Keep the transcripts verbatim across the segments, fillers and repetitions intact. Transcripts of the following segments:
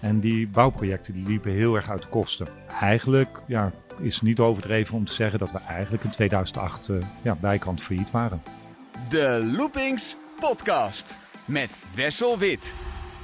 En die bouwprojecten die liepen heel erg uit de kosten. Eigenlijk ja, is het niet overdreven om te zeggen dat we eigenlijk in tweeduizend acht uh, ja, bijkant failliet waren. De Loopings Podcast met Wessel Wit.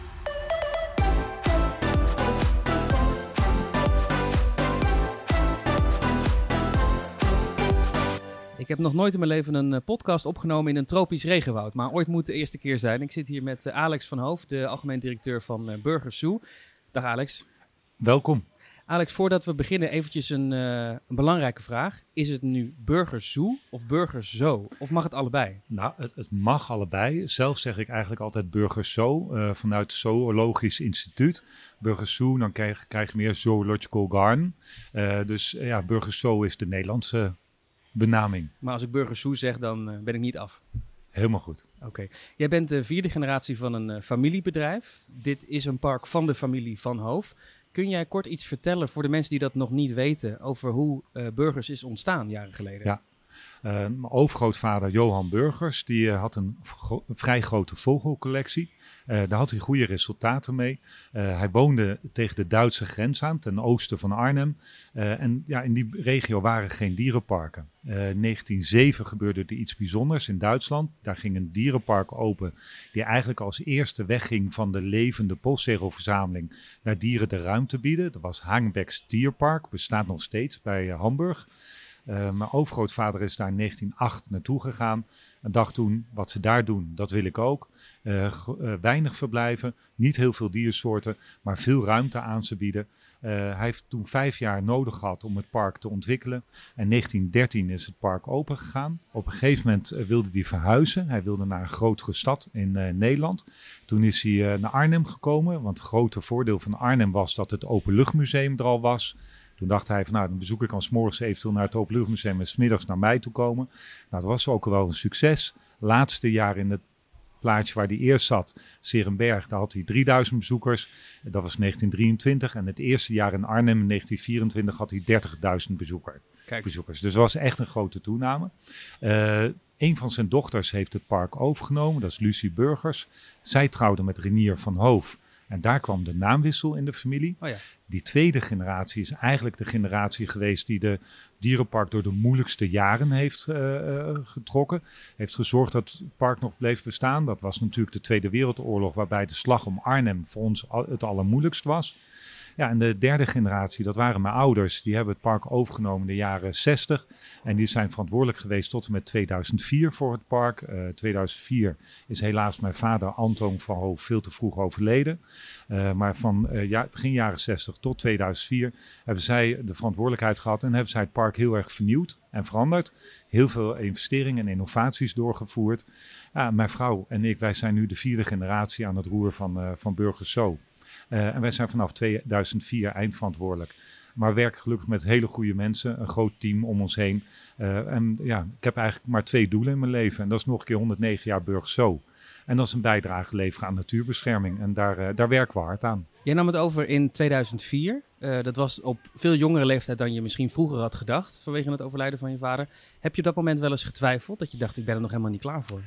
Ik heb nog nooit in mijn leven een podcast opgenomen in een tropisch regenwoud, maar ooit moet de eerste keer zijn. Ik zit hier met Alex van Hoof, de algemeen directeur van Burgers Zoo. Dag Alex. Welkom. Alex, voordat we beginnen eventjes een, uh, een belangrijke vraag. Is het nu Burgers Zoo of Burgers Zoo? Of mag het allebei? Nou, het, het mag allebei. Zelf zeg ik eigenlijk altijd Burgers Zoo uh, vanuit het Zoologisch Instituut. Burgers Zoo, dan krijg, krijg je meer Zoological Garden. Uh, dus uh, ja, Burgers Zoo is de Nederlandse benaming. Maar als ik Burgers Zoo zeg, dan uh, ben ik niet af. Helemaal goed. Oké. Okay. Jij bent de vierde generatie van een uh, familiebedrijf. Dit is een park van de familie Van Hoof. Kun jij kort iets vertellen voor de mensen die dat nog niet weten over hoe uh, Burgers is ontstaan jaren geleden? Ja. Uh, mijn overgrootvader Johan Burgers, die uh, had een gro- vrij grote vogelcollectie. Uh, daar had hij goede resultaten mee. Uh, hij woonde tegen de Duitse grens aan, ten oosten van Arnhem. Uh, en ja, in die regio waren geen dierenparken. Uh, in negentien zeven gebeurde er iets bijzonders in Duitsland. Daar ging een dierenpark open die eigenlijk als eerste wegging van de levende postzegelverzameling naar dieren de ruimte bieden. Dat was Hagenbecks Dierpark, bestaat nog steeds bij uh, Hamburg. Uh, mijn overgrootvader is daar in negentien acht naartoe gegaan en dacht toen, wat ze daar doen, dat wil ik ook. Uh, g- uh, weinig verblijven, niet heel veel diersoorten, maar veel ruimte aan ze bieden. Uh, hij heeft toen vijf jaar nodig gehad om het park te ontwikkelen. En negentien dertien is het park open gegaan. Op een gegeven moment uh, wilde hij verhuizen. Hij wilde naar een grotere stad in uh, Nederland. Toen is hij uh, naar Arnhem gekomen, want het grote voordeel van Arnhem was dat het openluchtmuseum er al was. Toen dacht hij van nou, dan bezoek ik al 's morgens eventueel naar het Openluchtmuseum en 's middags naar mij toe komen. Nou, dat was ook wel een succes. Laatste jaar in het plaatje waar hij eerst zat, 's-Heerenberg, daar had hij drieduizend bezoekers. Dat was negentien drieëntwintig. En het eerste jaar in Arnhem, in negentien vierentwintig, had hij dertigduizend bezoeker, bezoekers. Dus dat was echt een grote toename. Uh, een van zijn dochters heeft het park overgenomen, dat is Lucie Burgers. Zij trouwde met Renier van Hoof. En daar kwam de naamwissel in de familie. Oh ja. Die tweede generatie is eigenlijk de generatie geweest die de dierenpark door de moeilijkste jaren heeft uh, getrokken. Heeft gezorgd dat het park nog bleef bestaan. Dat was natuurlijk de Tweede Wereldoorlog, waarbij de slag om Arnhem voor ons al, het allermoeilijkst was. Ja, en de derde generatie, dat waren mijn ouders. Die hebben het park overgenomen in de jaren zestig. En die zijn verantwoordelijk geweest tot en met tweeduizend vier voor het park. Uh, tweeduizend vier is helaas mijn vader Anton van Hoof veel te vroeg overleden. Uh, maar van uh, ja, begin jaren zestig tot tweeduizend vier hebben zij de verantwoordelijkheid gehad. En hebben zij het park heel erg vernieuwd en veranderd. Heel veel investeringen en innovaties doorgevoerd. Uh, mijn vrouw en ik, wij zijn nu de vierde generatie aan het roer van, uh, van Burgers Zoo. Uh, en wij zijn vanaf tweeduizend vier eindverantwoordelijk. Maar werken gelukkig met hele goede mensen, een groot team om ons heen. Uh, en ja, ik heb eigenlijk maar twee doelen in mijn leven. En dat is nog een keer honderdnegen jaar Burgers Zoo. En dat is een bijdrage leveren aan natuurbescherming. En daar, uh, daar werken we hard aan. Jij nam het over in tweeduizend vier. Uh, dat was op veel jongere leeftijd dan je misschien vroeger had gedacht, vanwege het overlijden van je vader. Heb je op dat moment wel eens getwijfeld? Dat je dacht, ik ben er nog helemaal niet klaar voor?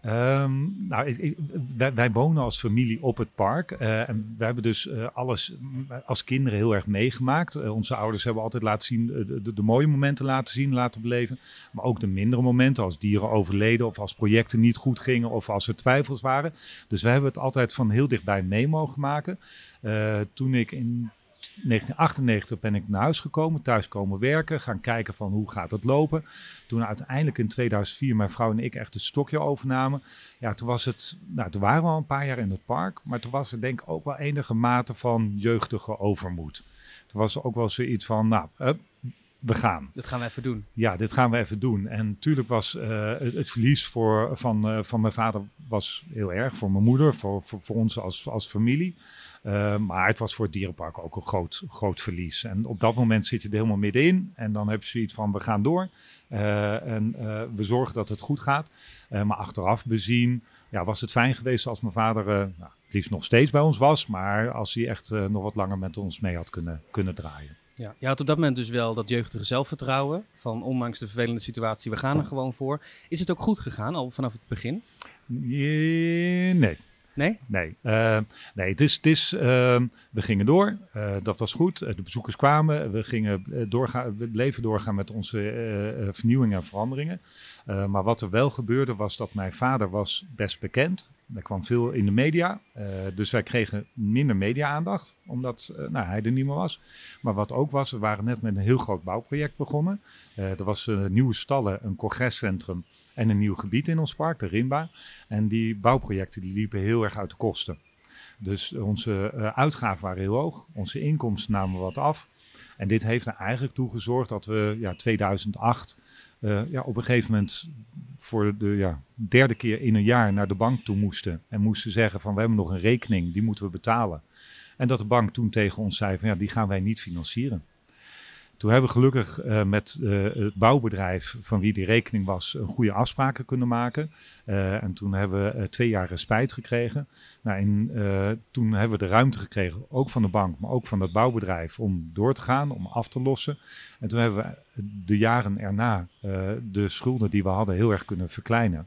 Um, nou, ik, ik, wij, wij wonen als familie op het park uh, en we hebben dus uh, alles als kinderen heel erg meegemaakt. Uh, onze ouders hebben altijd laten zien, de, de, de mooie momenten laten zien, laten beleven. Maar ook de mindere momenten als dieren overleden of als projecten niet goed gingen of als er twijfels waren. Dus we hebben het altijd van heel dichtbij mee mogen maken. Uh, toen ik in negentien achtennegentig ben ik naar huis gekomen, thuis komen werken, gaan kijken van hoe gaat het lopen. Toen uiteindelijk in tweeduizend vier mijn vrouw en ik echt het stokje overnamen. Ja, toen was het, nou toen waren we al een paar jaar in het park, maar toen was er denk ik ook wel enige mate van jeugdige overmoed. Toen was er ook wel zoiets van, nou, uh, we gaan. Dat gaan we even doen. Ja, dit gaan we even doen. En natuurlijk was uh, het, het verlies voor, van, uh, van mijn vader was heel erg. Voor mijn moeder, voor, voor, voor ons als, als familie. Uh, maar het was voor het dierenpark ook een groot, groot verlies. En op dat moment zit je er helemaal middenin. En dan heb je zoiets van, we gaan door. Uh, en uh, we zorgen dat het goed gaat. Uh, maar achteraf bezien, ja, was het fijn geweest als mijn vader uh, nou, het liefst nog steeds bij ons was. Maar als hij echt uh, nog wat langer met ons mee had kunnen, kunnen draaien. Ja, je had op dat moment dus wel dat jeugdige zelfvertrouwen. Van ondanks de vervelende situatie, we gaan er gewoon voor. Is het ook goed gegaan, al vanaf het begin? Je, nee. Nee? Nee? Nee, uh, nee het is, het is, uh, we gingen door. Uh, dat was goed. Uh, de bezoekers kwamen. We, gingen, uh, doorgaan, we bleven doorgaan met onze uh, uh, vernieuwingen en veranderingen. Uh, maar wat er wel gebeurde was dat mijn vader was best bekend. Er kwam veel in de media. Uh, dus wij kregen minder media-aandacht, omdat uh, nou, hij er niet meer was. Maar wat ook was, we waren net met een heel groot bouwproject begonnen. Uh, er was uh, nieuwe stallen, een congrescentrum en een nieuw gebied in ons park, de Rimba. En die bouwprojecten die liepen heel erg uit de kosten. Dus onze uh, uitgaven waren heel hoog, onze inkomsten namen wat af. En dit heeft er eigenlijk toe gezorgd dat we ja, tweeduizend acht uh, ja, op een gegeven moment voor de ja, derde keer in een jaar naar de bank toe moesten. En moesten zeggen van we hebben nog een rekening, die moeten we betalen. En dat de bank toen tegen ons zei van ja, die gaan wij niet financieren. Toen hebben we gelukkig uh, met uh, het bouwbedrijf van wie die rekening was een goede afspraken kunnen maken. Uh, en toen hebben we uh, twee jaar respijt gekregen. Nou, en, uh, toen hebben we de ruimte gekregen, ook van de bank, maar ook van het bouwbedrijf, om door te gaan, om af te lossen. En toen hebben we de jaren erna uh, de schulden die we hadden heel erg kunnen verkleinen.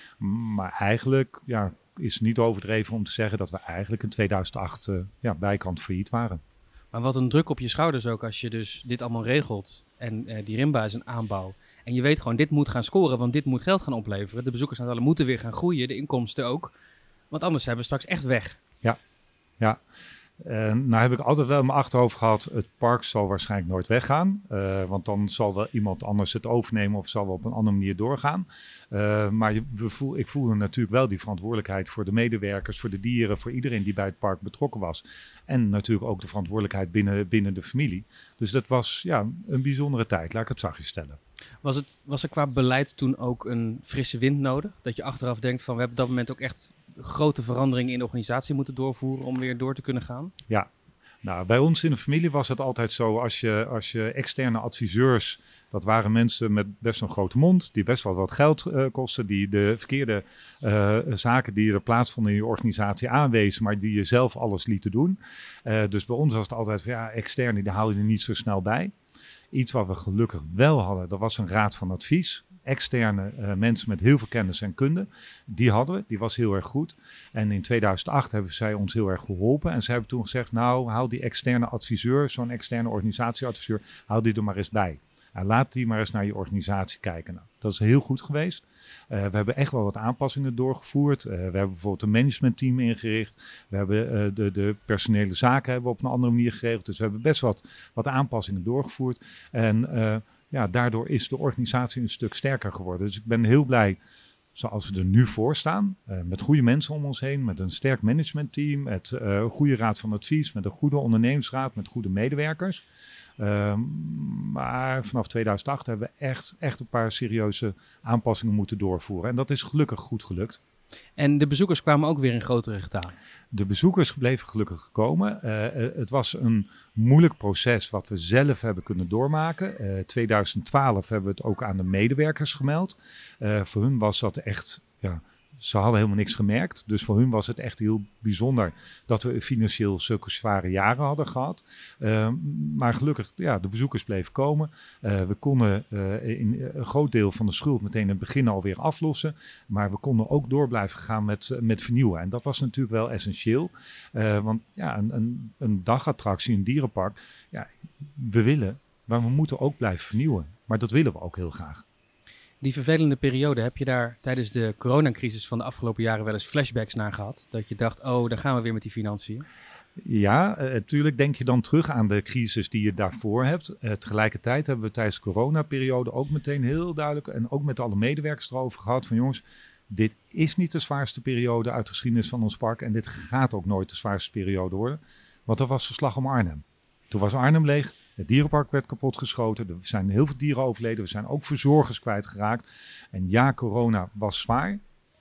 Maar eigenlijk ja, is het niet overdreven om te zeggen dat we eigenlijk in tweeduizend acht uh, ja, bijkant failliet waren. Maar wat een druk op je schouders ook als je dus dit allemaal regelt. En uh, die Rimba is een aanbouw. En je weet gewoon, dit moet gaan scoren, want dit moet geld gaan opleveren. De bezoekersaantallen moeten weer gaan groeien, de inkomsten ook. Want anders zijn we straks echt weg. Ja, ja. Uh, nou heb ik altijd wel in mijn achterhoofd gehad, het park zal waarschijnlijk nooit weggaan. Uh, want dan zal wel iemand anders het overnemen of zal wel op een andere manier doorgaan. Uh, maar je, we voel, ik voelde natuurlijk wel die verantwoordelijkheid voor de medewerkers, voor de dieren, voor iedereen die bij het park betrokken was. En natuurlijk ook de verantwoordelijkheid binnen, binnen de familie. Dus dat was ja, een bijzondere tijd, laat ik het zachtjes stellen. Was, het, was er qua beleid toen ook een frisse wind nodig? Dat je achteraf denkt van we hebben op dat moment ook echt grote veranderingen in de organisatie moeten doorvoeren om weer door te kunnen gaan? Ja, nou bij ons in de familie was het altijd zo als je, als je externe adviseurs, dat waren mensen met best een grote mond, die best wel wat geld uh, kosten, die de verkeerde uh, zaken die er plaatsvonden in je organisatie aanwezen, maar die je zelf alles lieten doen. Uh, dus bij ons was het altijd van ja, externe die hou je er niet zo snel bij. Iets wat we gelukkig wel hadden, dat was een raad van advies. Externe uh, mensen met heel veel kennis en kunde, die hadden we, die was heel erg goed. En in tweeduizend acht hebben zij ons heel erg geholpen. En zij hebben toen gezegd, nou, haal die externe adviseur, zo'n externe organisatieadviseur, haal die er maar eens bij. En laat die maar eens naar je organisatie kijken. Nou, dat is heel goed geweest. Uh, we hebben echt wel wat aanpassingen doorgevoerd. Uh, we hebben bijvoorbeeld een managementteam ingericht. We hebben uh, de, de personele zaken hebben we op een andere manier geregeld. Dus we hebben best wat, wat aanpassingen doorgevoerd. En uh, ja, daardoor is de organisatie een stuk sterker geworden. Dus ik ben heel blij zoals we er nu voor staan. Uh, met goede mensen om ons heen, met een sterk managementteam, met uh, een goede raad van advies, met een goede ondernemingsraad, met goede medewerkers. Uh, maar vanaf tweeduizend acht hebben we echt, echt een paar serieuze aanpassingen moeten doorvoeren. En dat is gelukkig goed gelukt. En de bezoekers kwamen ook weer in grotere getalen? De bezoekers bleven gelukkig komen. Uh, uh, het was een moeilijk proces wat we zelf hebben kunnen doormaken. Uh, tweeduizend twaalf hebben we het ook aan de medewerkers gemeld. Uh, voor hun was dat echt... Ja, ze hadden helemaal niks gemerkt. Dus voor hun was het echt heel bijzonder dat we financieel zulke zware jaren hadden gehad. Uh, maar gelukkig, ja, de bezoekers bleven komen. Uh, we konden uh, in een groot deel van de schuld meteen in het begin alweer aflossen. Maar we konden ook door blijven gaan met, met vernieuwen. En dat was natuurlijk wel essentieel. Uh, want ja, een, een, een dagattractie, een dierenpark, ja, we willen, maar we moeten ook blijven vernieuwen. Maar dat willen we ook heel graag. Die vervelende periode, heb je daar tijdens de coronacrisis van de afgelopen jaren wel eens flashbacks naar gehad? Dat je dacht, oh, daar gaan we weer met die financiën. Ja, natuurlijk uh, denk je dan terug aan de crisis die je daarvoor hebt. Uh, tegelijkertijd hebben we tijdens de coronaperiode ook meteen heel duidelijk, en ook met alle medewerkers erover gehad, van jongens, dit is niet de zwaarste periode uit de geschiedenis van ons park en dit gaat ook nooit de zwaarste periode worden. Want dat was de slag om Arnhem. Toen was Arnhem leeg. Het dierenpark werd kapotgeschoten. Er zijn heel veel dieren overleden. We zijn ook verzorgers kwijtgeraakt. En ja, corona was zwaar.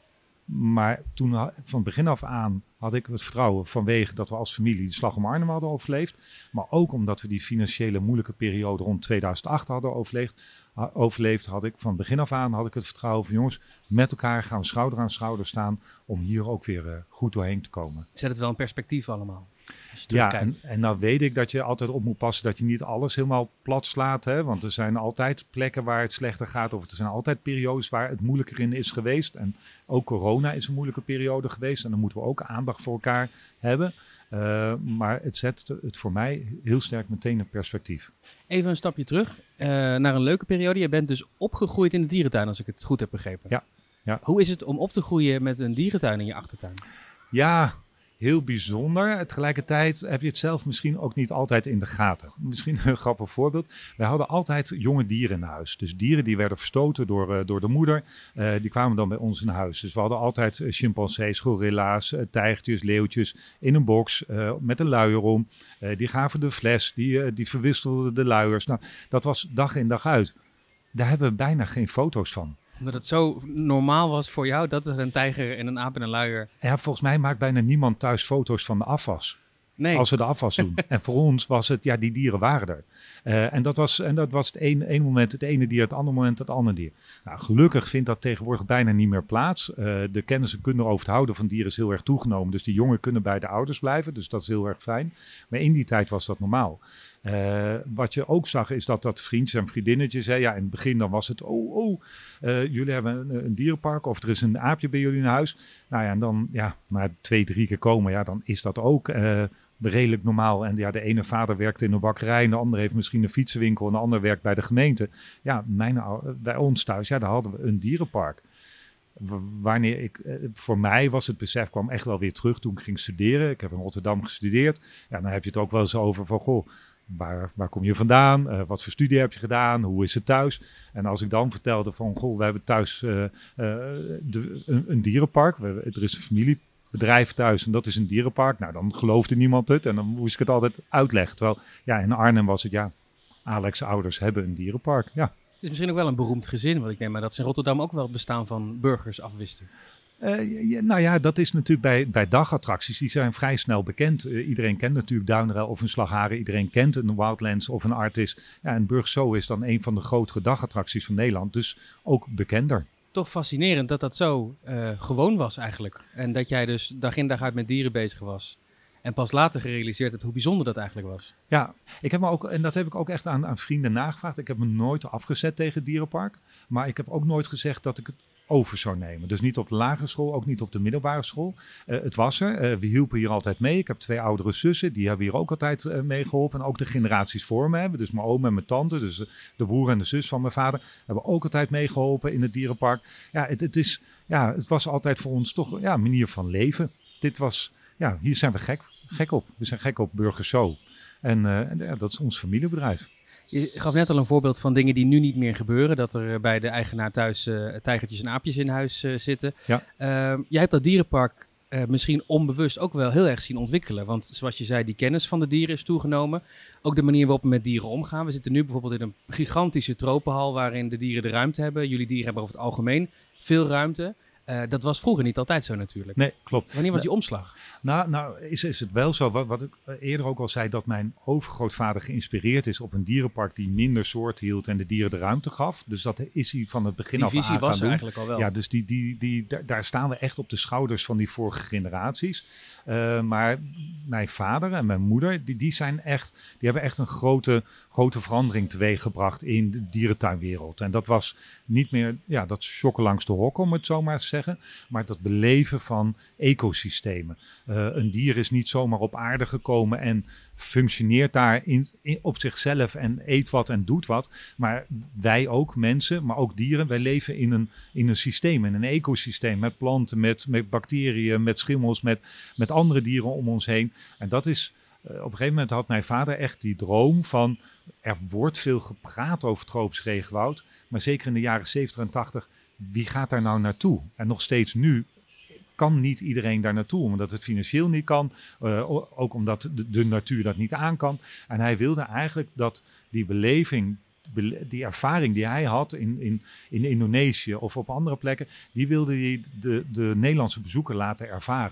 Maar toen van het begin af aan had ik het vertrouwen vanwege dat we als familie de slag om Arnhem hadden overleefd. Maar ook omdat we die financiële moeilijke periode rond tweeduizend acht hadden overleefd. overleefd had ik van het begin af aan had ik het vertrouwen van jongens, met elkaar gaan we schouder aan schouder staan om hier ook weer uh, goed doorheen te komen. Zet het wel in perspectief allemaal. Als je Ja, en, terugkijkt. en nou weet ik dat je altijd op moet passen dat je niet alles helemaal plat slaat. Hè? Want er zijn altijd plekken waar het slechter gaat. Of er zijn altijd periodes waar het moeilijker in is geweest. En ook corona is een moeilijke periode geweest. En dan moeten we ook aandacht voor elkaar hebben. Uh, maar het zet het voor mij heel sterk meteen in perspectief. Even een stapje terug uh, naar een leuke periode. Je bent dus opgegroeid in de dierentuin, als ik het goed heb begrepen. Ja. ja. Hoe is het om op te groeien met een dierentuin in je achtertuin? Ja, heel bijzonder. Tegelijkertijd heb je het zelf misschien ook niet altijd in de gaten. Misschien een grappig voorbeeld. Wij hadden altijd jonge dieren in huis. Dus dieren die werden verstoten door, uh, door de moeder. Uh, die kwamen dan bij ons in huis. Dus we hadden altijd uh, chimpansees, gorilla's, uh, tijgertjes, leeuwtjes in een box uh, met een luier om. Uh, die gaven de fles, die, uh, die verwisselden de luiers. Nou, dat was dag in dag uit. Daar hebben we bijna geen foto's van. Omdat het zo normaal was voor jou dat er een tijger en een aap en een luier... Ja, volgens mij maakt bijna niemand thuis foto's van de afwas. Nee. Als we de afwas doen. En voor ons was het, ja, die dieren waren er. Uh, en dat was, en dat was het ene, ene moment het ene dier, het andere moment het andere dier. Nou, gelukkig vindt dat tegenwoordig bijna niet meer plaats. Uh, de kennis en kunde over het houden van dieren is heel erg toegenomen. Dus die jongen kunnen bij de ouders blijven. Dus dat is heel erg fijn. Maar in die tijd was dat normaal. Uh, wat je ook zag is dat dat vriendjes en vriendinnetjes, hè, ja, in het begin dan was het, oh, oh, uh, jullie hebben een, een dierenpark of er is een aapje bij jullie in huis. Nou ja, en dan, ja, na twee, drie keer komen, ja, dan is dat ook uh, redelijk normaal. En ja, de ene vader werkt in een bakkerij en de andere heeft misschien een fietsenwinkel en de ander werkt bij de gemeente. Ja, mijn, bij ons thuis, ja, daar hadden we een dierenpark. Wanneer ik, voor mij was het besef, kwam echt wel weer terug toen ik ging studeren. Ik heb in Rotterdam gestudeerd. Ja, dan heb je het ook wel eens over van, goh, Waar, waar kom je vandaan? Uh, wat voor studie heb je gedaan? Hoe is het thuis? En als ik dan vertelde van, goh, we hebben thuis uh, uh, de, een, een dierenpark. We hebben, er is een familiebedrijf thuis en dat is een dierenpark. Nou, dan geloofde niemand het en dan moest ik het altijd uitleggen. Terwijl, ja, in Arnhem was het, ja, Alex' ouders hebben een dierenpark, ja. Het is misschien ook wel een beroemd gezin, want ik neem maar dat ze in Rotterdam ook wel het bestaan van burgers afwisten. Uh, ja, nou ja, dat is natuurlijk bij, bij dagattracties, die zijn vrij snel bekend. Uh, iedereen kent natuurlijk Duinrel of een Slagharen, iedereen kent een Wildlands of een Artis. Ja, en Burg Zoo is dan een van de grotere dagattracties van Nederland, dus ook bekender. Toch fascinerend dat dat zo uh, gewoon was eigenlijk. En dat jij dus dag in dag uit met dieren bezig was. En pas later gerealiseerd hebt hoe bijzonder dat eigenlijk was. Ja, ik heb me ook, en dat heb ik ook echt aan, aan vrienden nagevraagd. Ik heb me nooit afgezet tegen het dierenpark, maar ik heb ook nooit gezegd dat ik het over zou nemen. Dus niet op de lagere school, ook niet op de middelbare school. Uh, het was er. Uh, we hielpen hier altijd mee. Ik heb twee oudere zussen, die hebben hier ook altijd uh, mee geholpen. En ook de generaties voor me hebben. Dus mijn oom en mijn tante, dus uh, de broer en de zus van mijn vader, hebben ook altijd meegeholpen in het dierenpark. Ja, het, het, is, ja, het was altijd voor ons toch ja, een manier van leven. Dit was, ja, hier zijn we gek, gek op. We zijn gek op Burger Zoo. En, uh, en ja, dat is ons familiebedrijf. Je gaf net al een voorbeeld van dingen die nu niet meer gebeuren. Dat er bij de eigenaar thuis uh, tijgertjes en aapjes in huis uh, zitten. Ja. Uh, jij hebt dat dierenpark uh, misschien onbewust ook wel heel erg zien ontwikkelen. Want zoals je zei, die kennis van de dieren is toegenomen. Ook de manier waarop we met dieren omgaan. We zitten nu bijvoorbeeld in een gigantische tropenhal waarin de dieren de ruimte hebben. Jullie dieren hebben over het algemeen veel ruimte. Uh, dat was vroeger niet altijd zo natuurlijk. Nee, klopt. Wanneer was die omslag? Nou, nou is, is het wel zo, wat, wat ik eerder ook al zei, dat mijn overgrootvader geïnspireerd is op een dierenpark die minder soorten hield en de dieren de ruimte gaf. Dus dat is hij van het begin die af aan gaan doen. Die visie was er eigenlijk al wel. Ja, dus die, die, die, daar, daar staan we echt op de schouders van die vorige generaties. Uh, maar mijn vader en mijn moeder, die, die zijn echt, die hebben echt een grote, grote verandering teweeggebracht in de dierentuinwereld. En dat was niet meer, ja, dat schokken langs de hok, om het zo maar te zeggen, maar dat beleven van ecosystemen. Uh, een dier is niet zomaar op aarde gekomen en functioneert daar in, in, op zichzelf en eet wat en doet wat. Maar wij ook, mensen, maar ook dieren, wij leven in een, in een systeem, in een ecosysteem met planten, met, met bacteriën, met schimmels, met, met andere dieren om ons heen. En dat is, uh, op een gegeven moment had mijn vader echt die droom van, er wordt veel gepraat over het tropisch regenwoud, maar zeker in de jaren zeventig en tachtig, wie gaat daar nou naartoe? En nog steeds nu kan niet iedereen daar naartoe, omdat het financieel niet kan, uh, ook omdat de, de natuur dat niet aan kan. En hij wilde eigenlijk dat die beleving, die ervaring die hij had in, in, in Indonesië of op andere plekken, die wilde hij de, de Nederlandse bezoeker laten ervaren.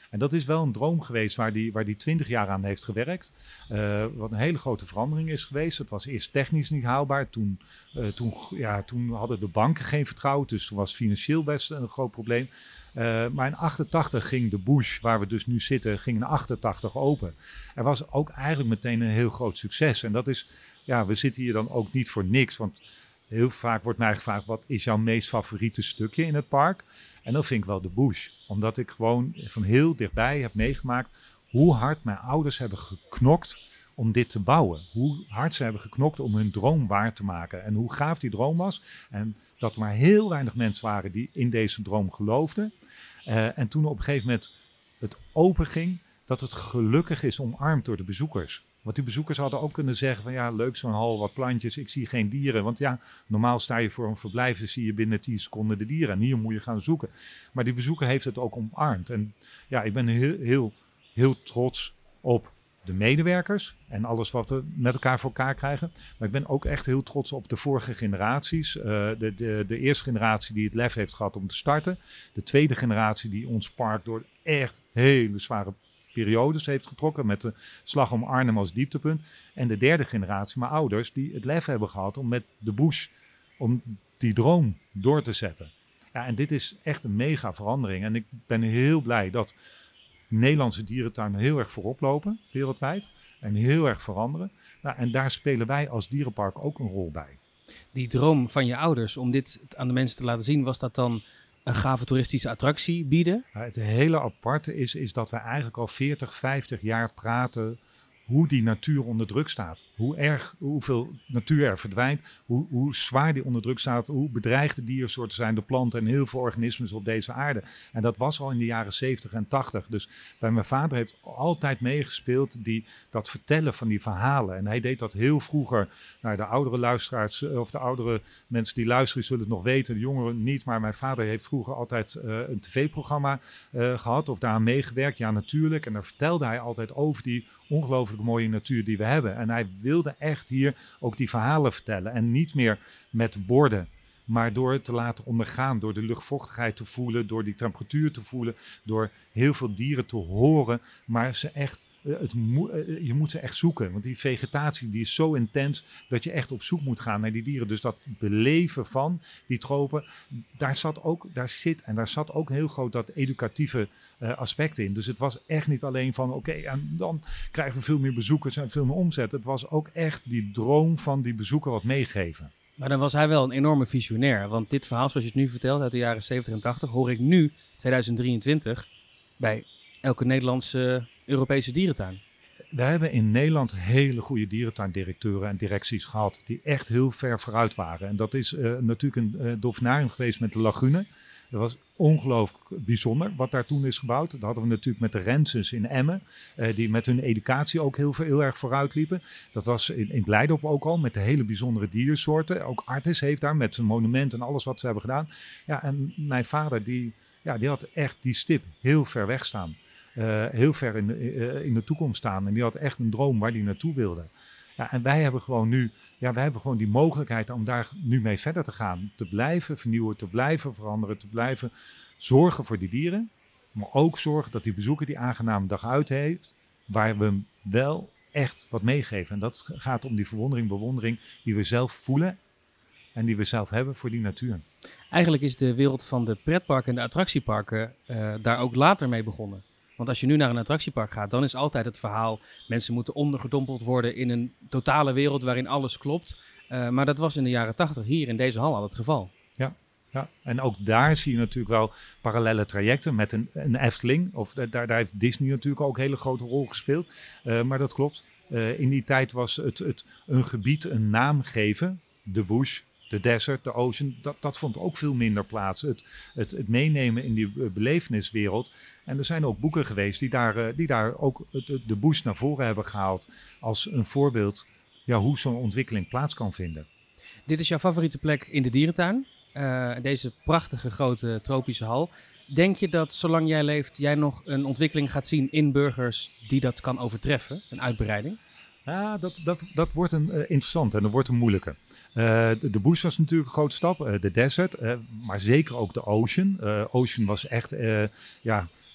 En dat is wel een droom geweest waar die, waar die twintig jaar aan heeft gewerkt. Uh, wat een hele grote verandering is geweest. Het was eerst technisch niet haalbaar. Toen, uh, toen, ja, toen hadden de banken geen vertrouwen. Dus toen was financieel best een groot probleem. Uh, maar in achtentachtig ging de Bush, waar we dus nu zitten, ging in achtentachtig open. Er was ook eigenlijk meteen een heel groot succes. En dat is, ja, we zitten hier dan ook niet voor niks. Want heel vaak wordt mij gevraagd, wat is jouw meest favoriete stukje in het park? En dat vind ik wel de Bush. Omdat ik gewoon van heel dichtbij heb meegemaakt hoe hard mijn ouders hebben geknokt om dit te bouwen. Hoe hard ze hebben geknokt om hun droom waar te maken. En hoe gaaf die droom was. En dat er maar heel weinig mensen waren die in deze droom geloofden. Uh, en toen op een gegeven moment het open ging, dat het gelukkig is omarmd door de bezoekers. Want die bezoekers hadden ook kunnen zeggen van ja, leuk zo'n hal, wat plantjes, ik zie geen dieren. Want ja, normaal sta je voor een verblijf en zie je binnen tien seconden de dieren. En hier moet je gaan zoeken. Maar die bezoeker heeft het ook omarmd. En ja, ik ben heel, heel, heel trots op de medewerkers en alles wat we met elkaar voor elkaar krijgen. Maar ik ben ook echt heel trots op de vorige generaties. Uh, de, de, de eerste generatie die het lef heeft gehad om te starten. De tweede generatie die ons park door echt hele zware periodes heeft getrokken met de slag om Arnhem als dieptepunt. En de derde generatie, mijn ouders, die het lef hebben gehad om met de Bush, om die droom door te zetten. Ja, en dit is echt een mega verandering. En ik ben heel blij dat Nederlandse dierentuinen heel erg voorop lopen, wereldwijd. En heel erg veranderen. Nou, en daar spelen wij als dierenpark ook een rol bij. Die droom van je ouders om dit aan de mensen te laten zien, was dat dan een gave toeristische attractie bieden? Ja, het hele aparte is, is dat we eigenlijk al veertig, vijftig jaar praten hoe die natuur onder druk staat. Hoe erg, hoeveel natuur er verdwijnt, hoe, hoe zwaar die onder druk staat, hoe bedreigde diersoorten zijn, de planten en heel veel organismen op deze aarde. En dat was al in de jaren zeventig en tachtig. Dus bij mijn vader heeft altijd meegespeeld die, dat vertellen van die verhalen. En hij deed dat heel vroeger. Nou, de oudere luisteraars of de oudere mensen die luisteren zullen het nog weten, de jongeren niet. Maar mijn vader heeft vroeger altijd uh, een tv-programma uh, gehad of daaraan meegewerkt. Ja, natuurlijk. En daar vertelde hij altijd over die ongelooflijk mooie natuur die we hebben. En hij wilde echt hier ook die verhalen vertellen. En niet meer met borden, maar door het te laten ondergaan. Door de luchtvochtigheid te voelen, door die temperatuur te voelen. Door heel veel dieren te horen. Maar ze echt, het mo- je moet ze echt zoeken. Want die vegetatie die is zo intens dat je echt op zoek moet gaan naar die dieren. Dus dat beleven van die tropen, daar zat ook, daar zit en daar zat ook heel groot dat educatieve uh, aspect in. Dus het was echt niet alleen van oké, okay, en dan krijgen we veel meer bezoekers en veel meer omzet. Het was ook echt die droom van die bezoeker wat meegeven. Maar dan was hij wel een enorme visionair. Want dit verhaal zoals je het nu vertelt uit de jaren zeventig en tachtig hoor ik nu, tweeduizend drieëntwintig, bij elke Nederlandse Europese dierentuin. We hebben in Nederland hele goede dierentuindirecteuren en directies gehad die echt heel ver vooruit waren. En dat is uh, natuurlijk een uh, dolfinarium geweest met de lagune. Dat was ongelooflijk bijzonder wat daar toen is gebouwd. Dat hadden we natuurlijk met de Rensens in Emmen, uh, die met hun educatie ook heel, heel erg vooruit liepen. Dat was in, in Blijdorp ook al, met de hele bijzondere diersoorten. Ook Artis heeft daar met zijn monument en alles wat ze hebben gedaan. Ja, en mijn vader, die, ja, die had echt die stip heel ver weg staan. Uh, heel ver in de, uh, in de toekomst staan. En die had echt een droom waar die naartoe wilde. Ja, en wij hebben gewoon nu, ja, wij hebben gewoon die mogelijkheid om daar nu mee verder te gaan. Te blijven vernieuwen, te blijven veranderen, te blijven zorgen voor die dieren. Maar ook zorgen dat die bezoeker die aangename dag uit heeft, waar we hem wel echt wat meegeven. En dat gaat om die verwondering, bewondering die we zelf voelen en die we zelf hebben voor die natuur. Eigenlijk is de wereld van de pretparken en de attractieparken uh, daar ook later mee begonnen. Want als je nu naar een attractiepark gaat, dan is altijd het verhaal, mensen moeten ondergedompeld worden in een totale wereld waarin alles klopt. Uh, maar dat was in de jaren tachtig hier in deze hal al het geval. Ja, ja, en ook daar zie je natuurlijk wel parallele trajecten met een, een Efteling. Of daar, daar heeft Disney natuurlijk ook een hele grote rol gespeeld. Uh, maar dat klopt. Uh, in die tijd was het, het een gebied een naam geven, de bush, de desert, de ocean, dat, dat vond ook veel minder plaats. Het, het, het meenemen in die beleveniswereld. En er zijn ook boeken geweest die daar, die daar ook de, de bush naar voren hebben gehaald als een voorbeeld ja, hoe zo'n ontwikkeling plaats kan vinden. Dit is jouw favoriete plek in de dierentuin. Uh, deze prachtige grote tropische hal. Denk je dat zolang jij leeft, jij nog een ontwikkeling gaat zien in Burgers die dat kan overtreffen? Een uitbreiding? Ja, dat, dat, dat wordt een uh, interessant en dat wordt een moeilijke. Uh, de, de bush was natuurlijk een grote stap, uh, de desert, uh, maar zeker ook de ocean. Uh, ocean was echt, uh, ja,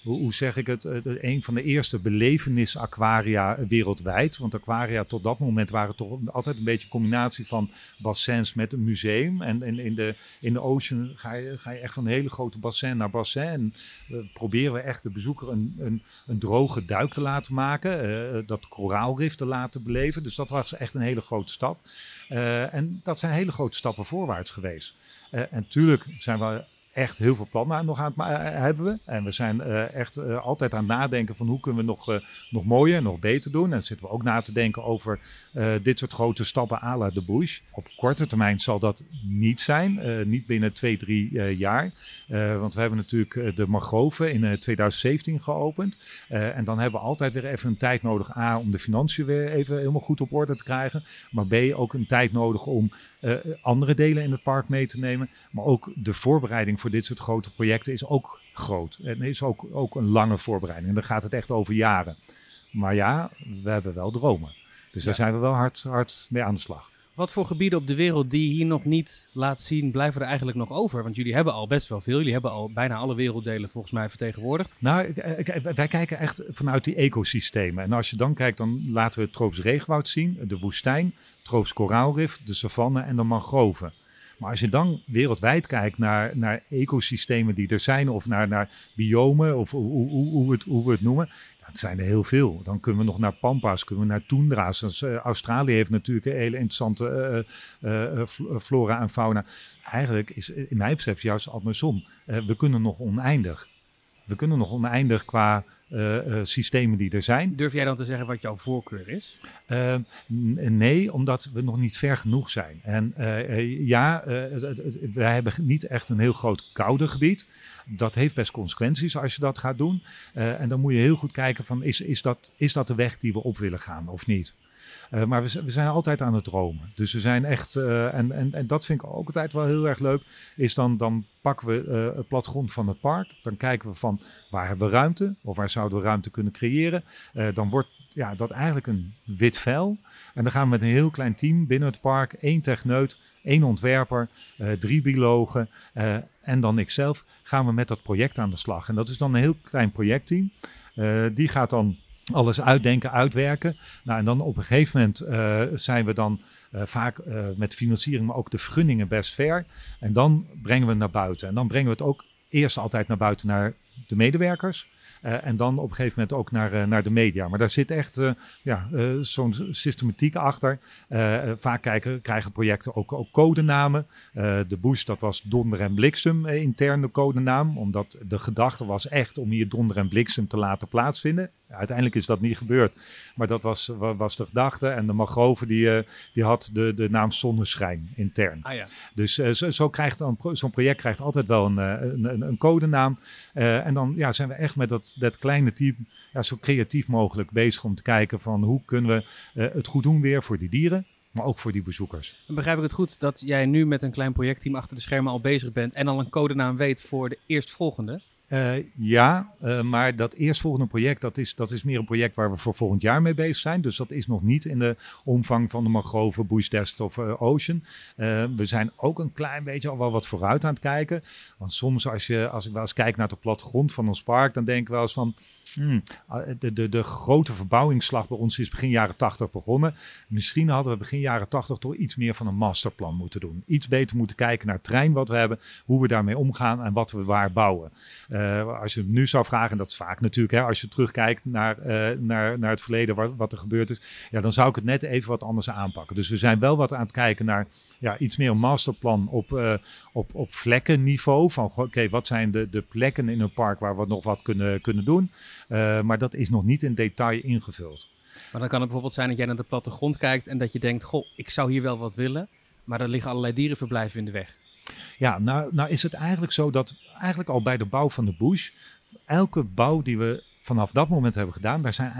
hoe, hoe zeg ik het, uh, een van de eerste belevenis-aquaria wereldwijd. Want aquaria tot dat moment waren toch altijd een beetje een combinatie van bassins met een museum. En, en in, de, in de ocean ga je, ga je echt van een hele grote bassin naar bassin. En uh, proberen we echt de bezoeker een, een, een droge duik te laten maken. Uh, dat koraalrif te laten beleven. Dus dat was echt een hele grote stap. Uh, en dat zijn hele grote stappen voorwaarts geweest. Uh, en natuurlijk zijn we echt heel veel plannen nog aan het ma- hebben we. En we zijn uh, echt uh, altijd aan het nadenken van hoe kunnen we nog, uh, nog mooier, nog beter doen. En dan zitten we ook na te denken over uh, dit soort grote stappen à la de Bush. Op korte termijn zal dat niet zijn. Uh, niet binnen twee, drie uh, jaar. Uh, want we hebben natuurlijk uh, de Mangroven in uh, twintig zeventien geopend. Uh, en dan hebben we altijd weer even een tijd nodig. A, om de financiën weer even helemaal goed op orde te krijgen. Maar B, ook een tijd nodig om uh, andere delen in het park mee te nemen. Maar ook de voorbereiding voor dit soort grote projecten is ook groot. En is ook, ook een lange voorbereiding. En dan gaat het echt over jaren. Maar ja, we hebben wel dromen. Dus ja. Daar zijn we wel hard, hard mee aan de slag. Wat voor gebieden op de wereld die je hier nog niet laat zien, blijven er eigenlijk nog over? Want jullie hebben al best wel veel. Jullie hebben al bijna alle werelddelen volgens mij vertegenwoordigd. Nou, wij kijken echt vanuit die ecosystemen. En als je dan kijkt, dan laten we het tropisch regenwoud zien, de woestijn, tropisch koraalrif, de savanne en de mangroven. Maar als je dan wereldwijd kijkt naar, naar ecosystemen die er zijn, of naar, naar biomen, of hoe, hoe, hoe, we het, hoe we het noemen, ja, het zijn er heel veel. Dan kunnen we nog naar pampas, kunnen we naar toendra's. Dus, uh, Australië heeft natuurlijk een hele interessante uh, uh, flora en fauna. Eigenlijk is in mijn perceptie juist andersom. Uh, we kunnen nog oneindig. We kunnen nog oneindig qua uh, uh, systemen die er zijn. Durf jij dan te zeggen wat jouw voorkeur is? Uh, n- nee, omdat we nog niet ver genoeg zijn. En uh, uh, ja, uh, het, het, het, wij hebben niet echt een heel groot koude gebied. Dat heeft best consequenties als je dat gaat doen. Uh, en dan moet je heel goed kijken van is, is, dat, is dat de weg die we op willen gaan of niet? Uh, maar we, we zijn altijd aan het dromen. Dus we zijn echt, uh, en, en, en dat vind ik ook altijd wel heel erg leuk, is dan, dan pakken we uh, het plattegrond van het park. Dan kijken we van waar hebben we ruimte of waar zouden we ruimte kunnen creëren. Uh, dan wordt ja, dat eigenlijk een wit vel. En dan gaan we met een heel klein team binnen het park, één techneut, één ontwerper, uh, drie biologen uh, en dan ikzelf, gaan we met dat project aan de slag. En dat is dan een heel klein projectteam. Uh, die gaat dan alles uitdenken, uitwerken. Nou, en dan op een gegeven moment uh, zijn we dan uh, vaak uh, met financiering, maar ook de vergunningen best ver. En dan brengen we het naar buiten. En dan brengen we het ook eerst altijd naar buiten naar de medewerkers. Uh, en dan op een gegeven moment ook naar, uh, naar de media. Maar daar zit echt uh, ja, uh, zo'n systematiek achter. Uh, vaak kijken, krijgen projecten ook, ook codenamen. Uh, de Bush, dat was donder en bliksem, uh, interne codenaam. Omdat de gedachte was echt om hier donder en bliksem te laten plaatsvinden. Ja, uiteindelijk is dat niet gebeurd. Maar dat was, was de gedachte. En de Mangrove die, uh, die had de, de naam zonneschijn intern. Ah, ja. Dus uh, zo, zo krijgt een, zo'n project krijgt altijd wel een, een, een, een codenaam. Uh, en dan ja, zijn we echt met dat, dat kleine team ja, zo creatief mogelijk bezig om te kijken van hoe kunnen we uh, het goed doen weer voor die dieren. Maar ook voor die bezoekers. Dan begrijp ik het goed dat jij nu met een klein projectteam achter de schermen al bezig bent en al een codenaam weet voor de eerstvolgende? Uh, ja, uh, maar dat eerstvolgende project, dat is, dat is meer een project waar we voor volgend jaar mee bezig zijn. Dus dat is nog niet in de omvang van de Mangrove, Bush Desert of uh, Ocean. Uh, we zijn ook een klein beetje al wel wat vooruit aan het kijken. Want soms als, je, als ik wel eens kijk naar de plattegrond van ons park, dan denk ik wel eens van Hmm, de, de, de grote verbouwingsslag bij ons is begin jaren tachtig begonnen. Misschien hadden we begin jaren tachtig toch iets meer van een masterplan moeten doen. Iets beter moeten kijken naar het terrein wat we hebben, hoe we daarmee omgaan en wat we waar bouwen. Uh, als je het nu zou vragen, en dat is vaak natuurlijk, hè, als je terugkijkt naar, uh, naar, naar het verleden, wat, wat er gebeurd is, ja, dan zou ik het net even wat anders aanpakken. Dus we zijn wel wat aan het kijken naar ja, iets meer een masterplan op, uh, op, op vlekkenniveau. Van oké, okay, wat zijn de, de plekken in een park waar we nog wat kunnen, kunnen doen. Uh, maar dat is nog niet in detail ingevuld. Maar dan kan het bijvoorbeeld zijn dat jij naar de plattegrond kijkt en dat je denkt, goh, ik zou hier wel wat willen, maar er liggen allerlei dierenverblijven in de weg. Ja, nou, nou is het eigenlijk zo dat eigenlijk al bij de bouw van de Bush, elke bouw die we vanaf dat moment hebben gedaan, daar zijn eigenlijk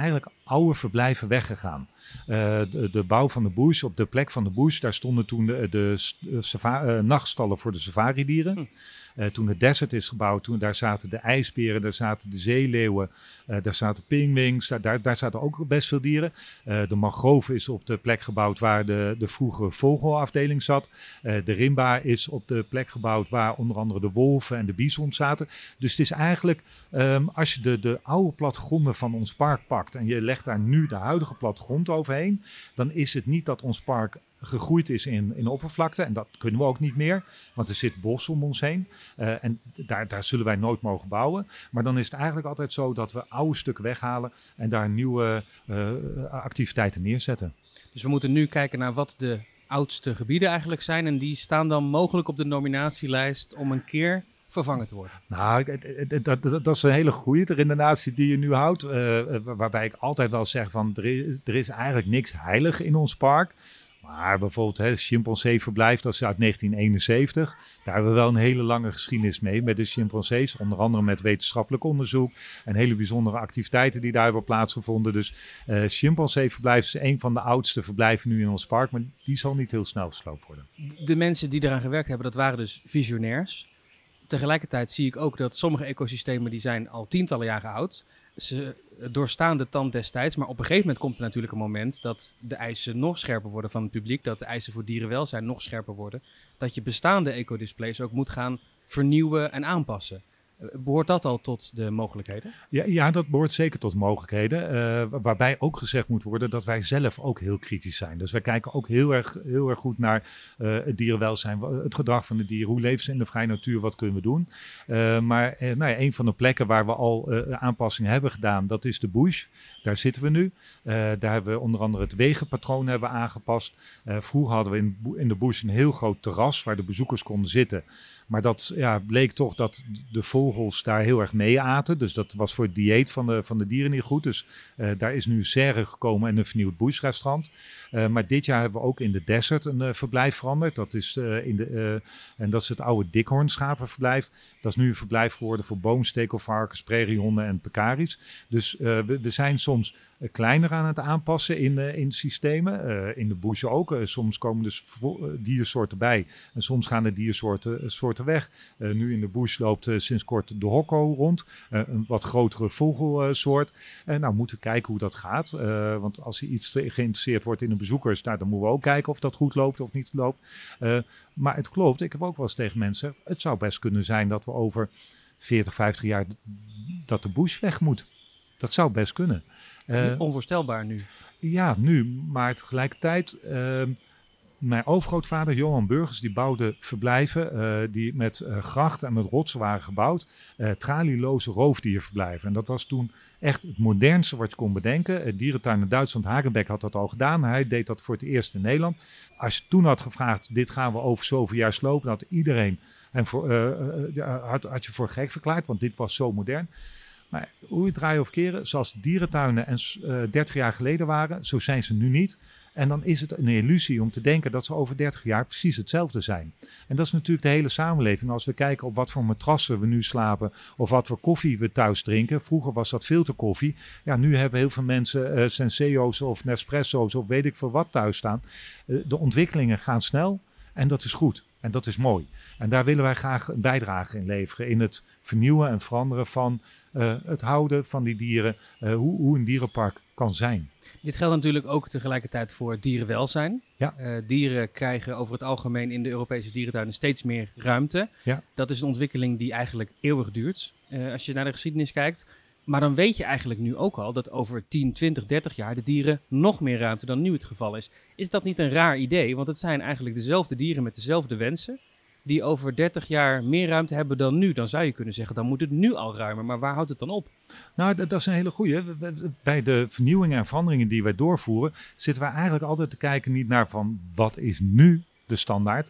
oude verblijven weggegaan. Uh, de, de bouw van de bush, op de plek van de bush, daar stonden toen de, de uh, safa- uh, nachtstallen voor de safari-dieren. Hm. Uh, toen het desert is gebouwd, toen, daar zaten de ijsberen, daar zaten de zeeleeuwen, uh, daar zaten pingwings, daar, daar, daar zaten ook best veel dieren. Uh, de mangrove is op de plek gebouwd waar de, de vroegere vogelafdeling zat. Uh, de rimba is op de plek gebouwd waar onder andere de wolven en de bison zaten. Dus het is eigenlijk, um, als je de, de oude plattegronden van ons park pakt en je legt daar nu de huidige plattegrond overheen, dan is het niet dat ons park gegroeid is in, in oppervlakte. En dat kunnen we ook niet meer, want er zit bos om ons heen. Uh, en daar, daar zullen wij nooit mogen bouwen. Maar dan is het eigenlijk altijd zo dat we oude stukken weghalen en daar nieuwe uh, activiteiten neerzetten. Dus we moeten nu kijken naar wat de oudste gebieden eigenlijk zijn. En die staan dan mogelijk op de nominatielijst om een keer vervangen te worden. Nou, dat, dat, dat is een hele goede de redenatie die je nu houdt. Uh, waarbij ik altijd wel zeg van er is, er is eigenlijk niks heilig in ons park. Maar bijvoorbeeld het chimpanseeverblijf, dat is uit negentien eenenzeventig. Daar hebben we wel een hele lange geschiedenis mee met de chimpansees. Onder andere met wetenschappelijk onderzoek en hele bijzondere activiteiten die daar hebben plaatsgevonden. Dus uh, chimpanseeverblijf is een van de oudste verblijven nu in ons park. Maar die zal niet heel snel gesloopt worden. De mensen die eraan gewerkt hebben, dat waren dus visionairs. Tegelijkertijd zie ik ook dat sommige ecosystemen die zijn al tientallen jaren oud. Ze doorstaan de tand destijds, maar op een gegeven moment komt er natuurlijk een moment dat de eisen nog scherper worden van het publiek, dat de eisen voor dierenwelzijn nog scherper worden, dat je bestaande ecodisplays ook moet gaan vernieuwen en aanpassen. Behoort dat al tot de mogelijkheden? Ja, ja, dat behoort zeker tot mogelijkheden. Uh, waarbij ook gezegd moet worden dat wij zelf ook heel kritisch zijn. Dus wij kijken ook heel erg, heel erg goed naar uh, het dierenwelzijn, het gedrag van de dieren. Hoe leven ze in de vrije natuur? Wat kunnen we doen? Uh, maar uh, nou ja, een van de plekken waar we al uh, aanpassingen hebben gedaan, dat is de bush. Daar zitten we nu. Uh, daar hebben we onder andere het wegenpatroon hebben we aangepast. Uh, vroeger hadden we in, in de bush een heel groot terras waar de bezoekers konden zitten. Maar dat ja, bleek toch dat de vogels daar heel erg mee aten. Dus dat was voor het dieet van de, van de dieren niet goed. Dus uh, daar is nu serre gekomen en een vernieuwd bushrestaurant. Uh, maar dit jaar hebben we ook in de desert een uh, verblijf veranderd. Dat is, uh, in de, uh, en dat is het oude dikhoornschapenverblijf. Dat is nu een verblijf geworden voor boomstekelvarkens, prairiehonden en pekaris. Dus uh, we, we zijn soms uh, kleiner aan het aanpassen in, uh, in systemen. Uh, in de bush ook. Uh, soms komen dus uh, diersoorten bij. En soms gaan de diersoorten uh, soorten weg. Uh, nu in de bush loopt uh, sinds kort de hokko rond. Uh, een wat grotere vogelsoort. En uh, nou moeten we kijken hoe dat gaat. Uh, want als er iets geïnteresseerd wordt in de bezoekers, nou, dan moeten we ook kijken of dat goed loopt of niet loopt. Uh, maar het klopt. Ik heb ook wel eens tegen mensen. Het zou best kunnen zijn dat we over veertig, vijftig jaar dat de bush weg moet. Dat zou best kunnen. Uh, Onvoorstelbaar nu. Ja, nu. Maar tegelijkertijd, uh, mijn overgrootvader Johan Burgers, die bouwde verblijven uh, die met uh, grachten en met rotsen waren gebouwd. Uh, tralieloze roofdierverblijven. En dat was toen echt het modernste wat je kon bedenken. Het dierentuin in Duitsland, Hagenbeck, had dat al gedaan. Hij deed dat voor het eerst in Nederland. Als je toen had gevraagd, dit gaan we over zoveel jaar slopen, had iedereen en voor, uh, uh, had, had je voor gek verklaard, want dit was zo modern. Maar hoe je het draaien of keren, zoals dierentuinen en uh, dertig jaar geleden waren, zo zijn ze nu niet. En dan is het een illusie om te denken dat ze over dertig jaar precies hetzelfde zijn. En dat is natuurlijk de hele samenleving. Als we kijken op wat voor matrassen we nu slapen of wat voor koffie we thuis drinken. Vroeger was dat filterkoffie. Ja, nu hebben heel veel mensen uh, Senseo's of Nespresso's of weet ik veel wat thuis staan. Uh, de ontwikkelingen gaan snel en dat is goed. En dat is mooi. En daar willen wij graag een bijdrage in leveren. In het vernieuwen en veranderen van uh, het houden van die dieren. Uh, hoe, hoe een dierenpark kan zijn. Dit geldt natuurlijk ook tegelijkertijd voor dierenwelzijn. Ja. Uh, dieren krijgen over het algemeen in de Europese dierentuinen steeds meer ruimte. Ja. Dat is een ontwikkeling die eigenlijk eeuwig duurt. Uh, als je naar de geschiedenis kijkt. Maar dan weet je eigenlijk nu ook al dat over tien, twintig, dertig jaar de dieren nog meer ruimte dan nu het geval is. Is dat niet een raar idee? Want het zijn eigenlijk dezelfde dieren met dezelfde wensen die over dertig jaar meer ruimte hebben dan nu. Dan zou je kunnen zeggen, dan moet het nu al ruimer. Maar waar houdt het dan op? Nou, dat, dat is een hele goeie. Bij de vernieuwingen en veranderingen die wij doorvoeren, zitten wij eigenlijk altijd te kijken niet naar van wat is nu de standaard,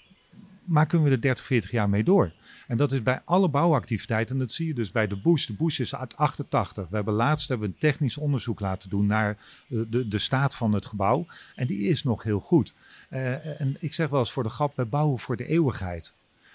maar kunnen we er dertig, veertig jaar mee door? En dat is bij alle bouwactiviteiten. En dat zie je dus bij de bush. De bush is uit achtentachtig. We hebben laatst hebben we een technisch onderzoek laten doen naar de, de staat van het gebouw. En die is nog heel goed. Uh, en ik zeg wel eens voor de grap, wij bouwen voor de eeuwigheid.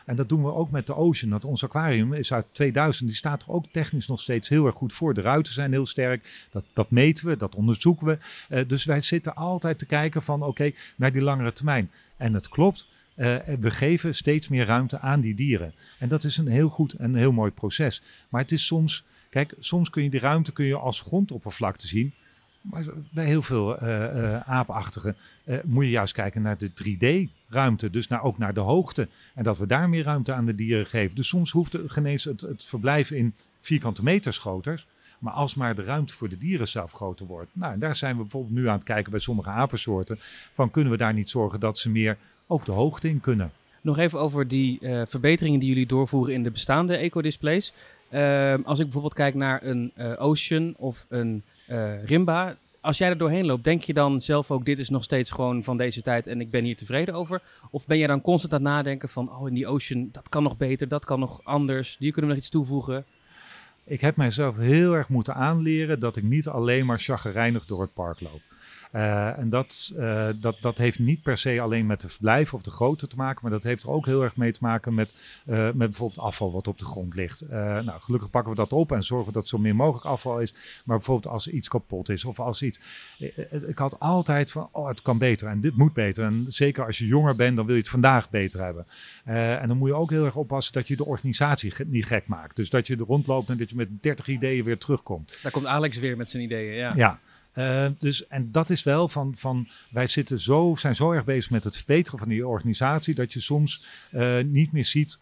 En dat doen we ook met de Ocean. Dat ons aquarium is uit tweeduizend. Die staat er ook technisch nog steeds heel erg goed voor. De ruiten zijn heel sterk. Dat, dat meten we, dat onderzoeken we. Uh, dus wij zitten altijd te kijken van oké, okay, naar die langere termijn. En het klopt. Uh, we geven steeds meer ruimte aan die dieren. En dat is een heel goed en heel mooi proces. Maar het is soms, kijk, soms kun je die ruimte kun je als grondoppervlakte zien. Maar bij heel veel uh, uh, aapachtigen uh, moet je juist kijken naar de drie D-ruimte. Dus naar, ook naar de hoogte. En dat we daar meer ruimte aan de dieren geven. Dus soms hoeft het geen eens het, het verblijf in vierkante meters groters. Maar als maar de ruimte voor de dieren zelf groter wordt. Nou, en daar zijn we bijvoorbeeld nu aan het kijken bij sommige apensoorten. Van kunnen we daar niet zorgen dat ze meer ook de hoogte in kunnen. Nog even over die uh, verbeteringen die jullie doorvoeren in de bestaande ecodisplays. Uh, als ik bijvoorbeeld kijk naar een uh, Ocean of een uh, Rimba. Als jij er doorheen loopt, denk je dan zelf ook dit is nog steeds gewoon van deze tijd en ik ben hier tevreden over? Of ben je dan constant aan het nadenken van oh in die Ocean dat kan nog beter, dat kan nog anders. Die kunnen we nog iets toevoegen. Ik heb mijzelf heel erg moeten aanleren dat ik niet alleen maar chagrijnig door het park loop. Uh, en dat, uh, dat, dat heeft niet per se alleen met de verblijf of de grootte te maken, maar dat heeft er ook heel erg mee te maken met, uh, met bijvoorbeeld afval wat op de grond ligt. Uh, nou, gelukkig pakken we dat op en zorgen dat zo min mogelijk afval is. Maar bijvoorbeeld als iets kapot is of als iets... Ik, ik had altijd van, oh het kan beter en dit moet beter. En zeker als je jonger bent, dan wil je het vandaag beter hebben. Uh, en dan moet je ook heel erg oppassen dat je de organisatie ge- niet gek maakt. Dus dat je er rondloopt en dat je met dertig ideeën weer terugkomt. Daar komt Alex weer met zijn ideeën, ja. Ja. Uh, dus, en dat is wel van, van wij zitten zo, zijn zo erg bezig met het verbeteren van die organisatie dat je soms uh, niet meer ziet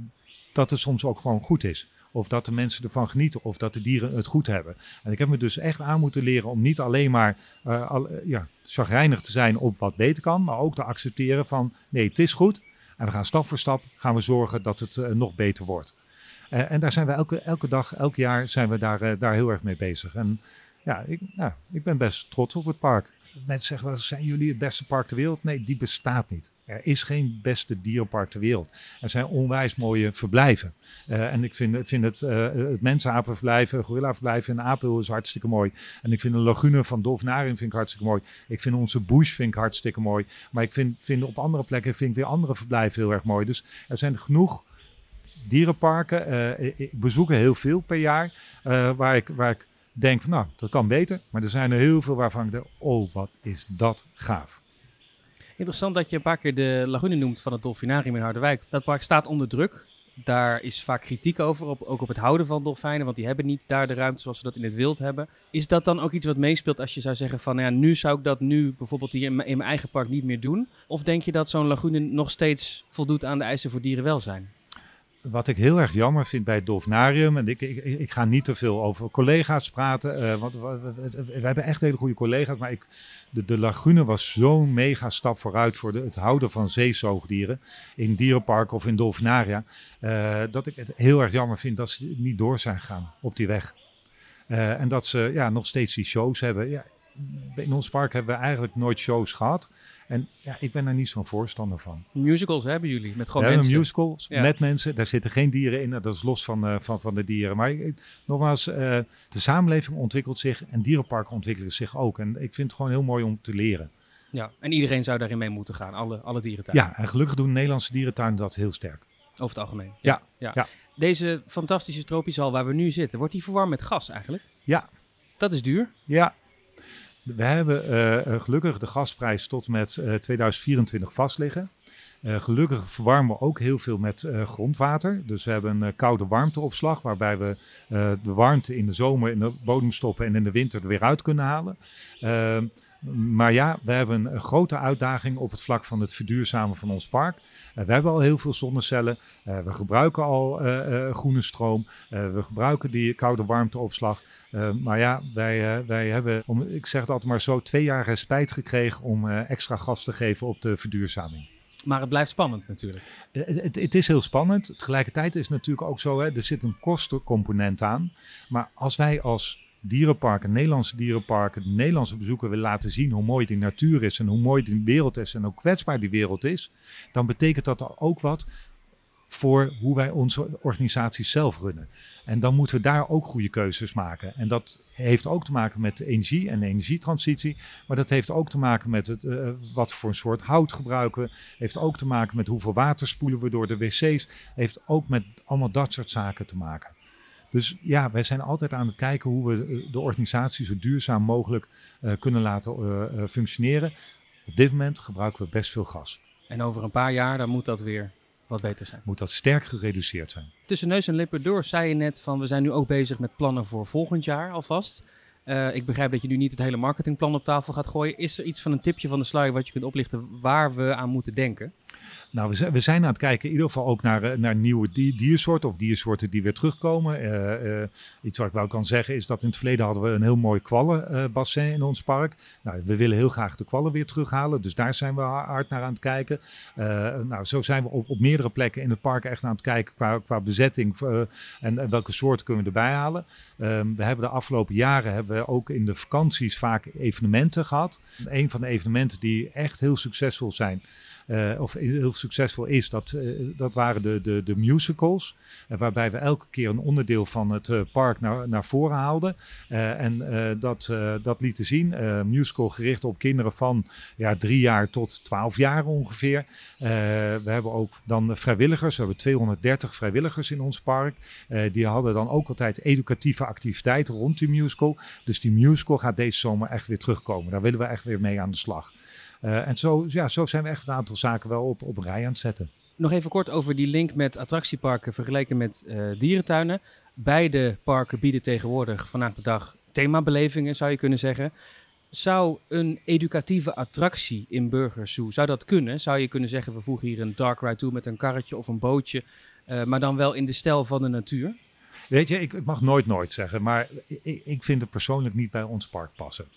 dat het soms ook gewoon goed is. Of dat de mensen ervan genieten of dat de dieren het goed hebben. En ik heb me dus echt aan moeten leren om niet alleen maar uh, al, uh, ja, chagrijnig te zijn op wat beter kan, maar ook te accepteren van nee, het is goed. En we gaan stap voor stap gaan we zorgen dat het uh, nog beter wordt. Uh, en daar zijn we elke, elke dag, elk jaar zijn we daar, uh, daar heel erg mee bezig. En Ja, ik, nou, ik ben best trots op het park. Mensen zeggen wel, zijn jullie het beste park ter wereld? Nee, die bestaat niet. Er is geen beste dierenpark ter wereld. Er zijn onwijs mooie verblijven. Uh, en ik vind, vind het, uh, het mensenapenverblijf, gorillaverblijf en Apel is hartstikke mooi. En ik vind de lagune van Dolfinarium vind ik hartstikke mooi. Ik vind onze bush vind ik hartstikke mooi. Maar ik vind, vind op andere plekken vind ik weer andere verblijven heel erg mooi. Dus er zijn genoeg dierenparken. Uh, ik bezoek er heel veel per jaar. Uh, waar ik... Waar ik denk van, nou, dat kan beter. Maar er zijn er heel veel waarvan ik denk, oh, wat is dat gaaf. Interessant dat je een paar keer de lagune noemt van het Dolfinarium in Harderwijk. Dat park staat onder druk. Daar is vaak kritiek over, op, ook op het houden van dolfijnen. Want die hebben niet daar de ruimte zoals ze dat in het wild hebben. Is dat dan ook iets wat meespeelt als je zou zeggen van, ja, nu zou ik dat nu bijvoorbeeld hier in, m- in mijn eigen park niet meer doen? Of denk je dat zo'n lagune nog steeds voldoet aan de eisen voor dierenwelzijn? Wat ik heel erg jammer vind bij het Dolfinarium, en ik, ik, ik ga niet te veel over collega's praten, uh, want we, we, we, we hebben echt hele goede collega's, maar ik, de, de lagune was zo'n mega stap vooruit voor de, het houden van zeezoogdieren in dierenparken of in dolfinaria, uh, dat ik het heel erg jammer vind dat ze niet door zijn gegaan op die weg. Uh, en dat ze ja, nog steeds die shows hebben. Ja, in ons park hebben we eigenlijk nooit shows gehad. En ja, ik ben daar niet zo'n voorstander van. Musicals hebben jullie, met gewoon we mensen. Een musical Ja. met mensen. Daar zitten geen dieren in. Dat is los van, uh, van, van de dieren. Maar ik, nogmaals, uh, de samenleving ontwikkelt zich en dierenparken ontwikkelen zich ook. En ik vind het gewoon heel mooi om te leren. Ja, en iedereen zou daarin mee moeten gaan, alle, alle dierentuinen. Ja, en gelukkig doen Nederlandse dierentuinen dat heel sterk. Over het algemeen. Ja, ja. ja. Deze fantastische tropische hal waar we nu zitten, wordt die verwarmd met gas eigenlijk? Ja. Dat is duur. Ja. We hebben uh, gelukkig de gasprijs tot met uh, tweeduizend vierentwintig vast liggen. Uh, gelukkig verwarmen we ook heel veel met uh, grondwater. Dus we hebben een uh, koude warmteopslag waarbij we uh, de warmte in de zomer in de bodem stoppen en in de winter er weer uit kunnen halen. Uh, Maar ja, we hebben een grote uitdaging op het vlak van het verduurzamen van ons park. Uh, we hebben al heel veel zonnecellen. Uh, we gebruiken al uh, uh, groene stroom. Uh, we gebruiken die koude warmteopslag. Uh, maar ja, wij, uh, wij hebben, om, ik zeg het altijd maar zo, twee jaar respijt gekregen om uh, extra gas te geven op de verduurzaming. Maar het blijft spannend natuurlijk. Het, het, het is heel spannend. Tegelijkertijd is het natuurlijk ook zo, hè, er zit een kostencomponent aan. Maar als wij als dierenparken, Nederlandse dierenparken, de Nederlandse bezoeker willen laten zien hoe mooi die natuur is en hoe mooi die wereld is en hoe kwetsbaar die wereld is, dan betekent dat ook wat voor hoe wij onze organisatie zelf runnen. En dan moeten we daar ook goede keuzes maken. En dat heeft ook te maken met de energie en de energietransitie. Maar dat heeft ook te maken met het, uh, wat voor een soort hout gebruiken we. Heeft ook te maken met hoeveel water spoelen we door de wc's. Heeft ook met allemaal dat soort zaken te maken. Dus ja, wij zijn altijd aan het kijken hoe we de organisatie zo duurzaam mogelijk uh, kunnen laten uh, uh, functioneren. Op dit moment gebruiken we best veel gas. En over een paar jaar, dan moet dat weer wat beter zijn. Moet dat sterk gereduceerd zijn. Tussen neus en lippen door zei je net van we zijn nu ook bezig met plannen voor volgend jaar alvast. Uh, ik begrijp dat je nu niet het hele marketingplan op tafel gaat gooien. Is er iets van een tipje van de sluier wat je kunt oplichten waar we aan moeten denken? Nou, we zijn, we zijn aan het kijken in ieder geval ook naar, naar nieuwe diersoorten of diersoorten die weer terugkomen. Uh, uh, iets wat ik wel kan zeggen is dat in het verleden hadden we een heel mooi kwallenbassin uh, in ons park. Nou, we willen heel graag de kwallen weer terughalen, dus daar zijn we hard naar aan het kijken. Uh, nou, zo zijn we op, op meerdere plekken in het park echt aan het kijken qua, qua bezetting uh, en, en welke soorten kunnen we erbij halen. Um, we hebben de afgelopen jaren hebben we ook in de vakanties vaak evenementen gehad. Een van de evenementen die echt heel succesvol zijn, Uh, of heel succesvol is, dat, uh, dat waren de, de, de musicals. Uh, waarbij we elke keer een onderdeel van het uh, park naar, naar voren haalden. Uh, en uh, dat, uh, dat lieten zien. Uh, musical gericht op kinderen van ja, drie jaar tot twaalf jaar ongeveer. Uh, we hebben ook dan vrijwilligers. We hebben tweehonderddertig vrijwilligers in ons park. Uh, die hadden dan ook altijd educatieve activiteiten rond die musical. Dus die musical gaat deze zomer echt weer terugkomen. Daar willen we echt weer mee aan de slag. Uh, en zo, ja, zo zijn we echt een aantal zaken wel op, op rij aan het zetten. Nog even kort over die link met attractieparken vergeleken met uh, dierentuinen. Beide parken bieden tegenwoordig vandaag de dag themabelevingen, zou je kunnen zeggen. Zou een educatieve attractie in Burgers Zoo, zou dat kunnen? Zou je kunnen zeggen, we voegen hier een dark ride toe met een karretje of een bootje, uh, maar dan wel in de stijl van de natuur? Weet je, ik, ik mag nooit nooit zeggen, maar ik, ik vind het persoonlijk niet bij ons park passen.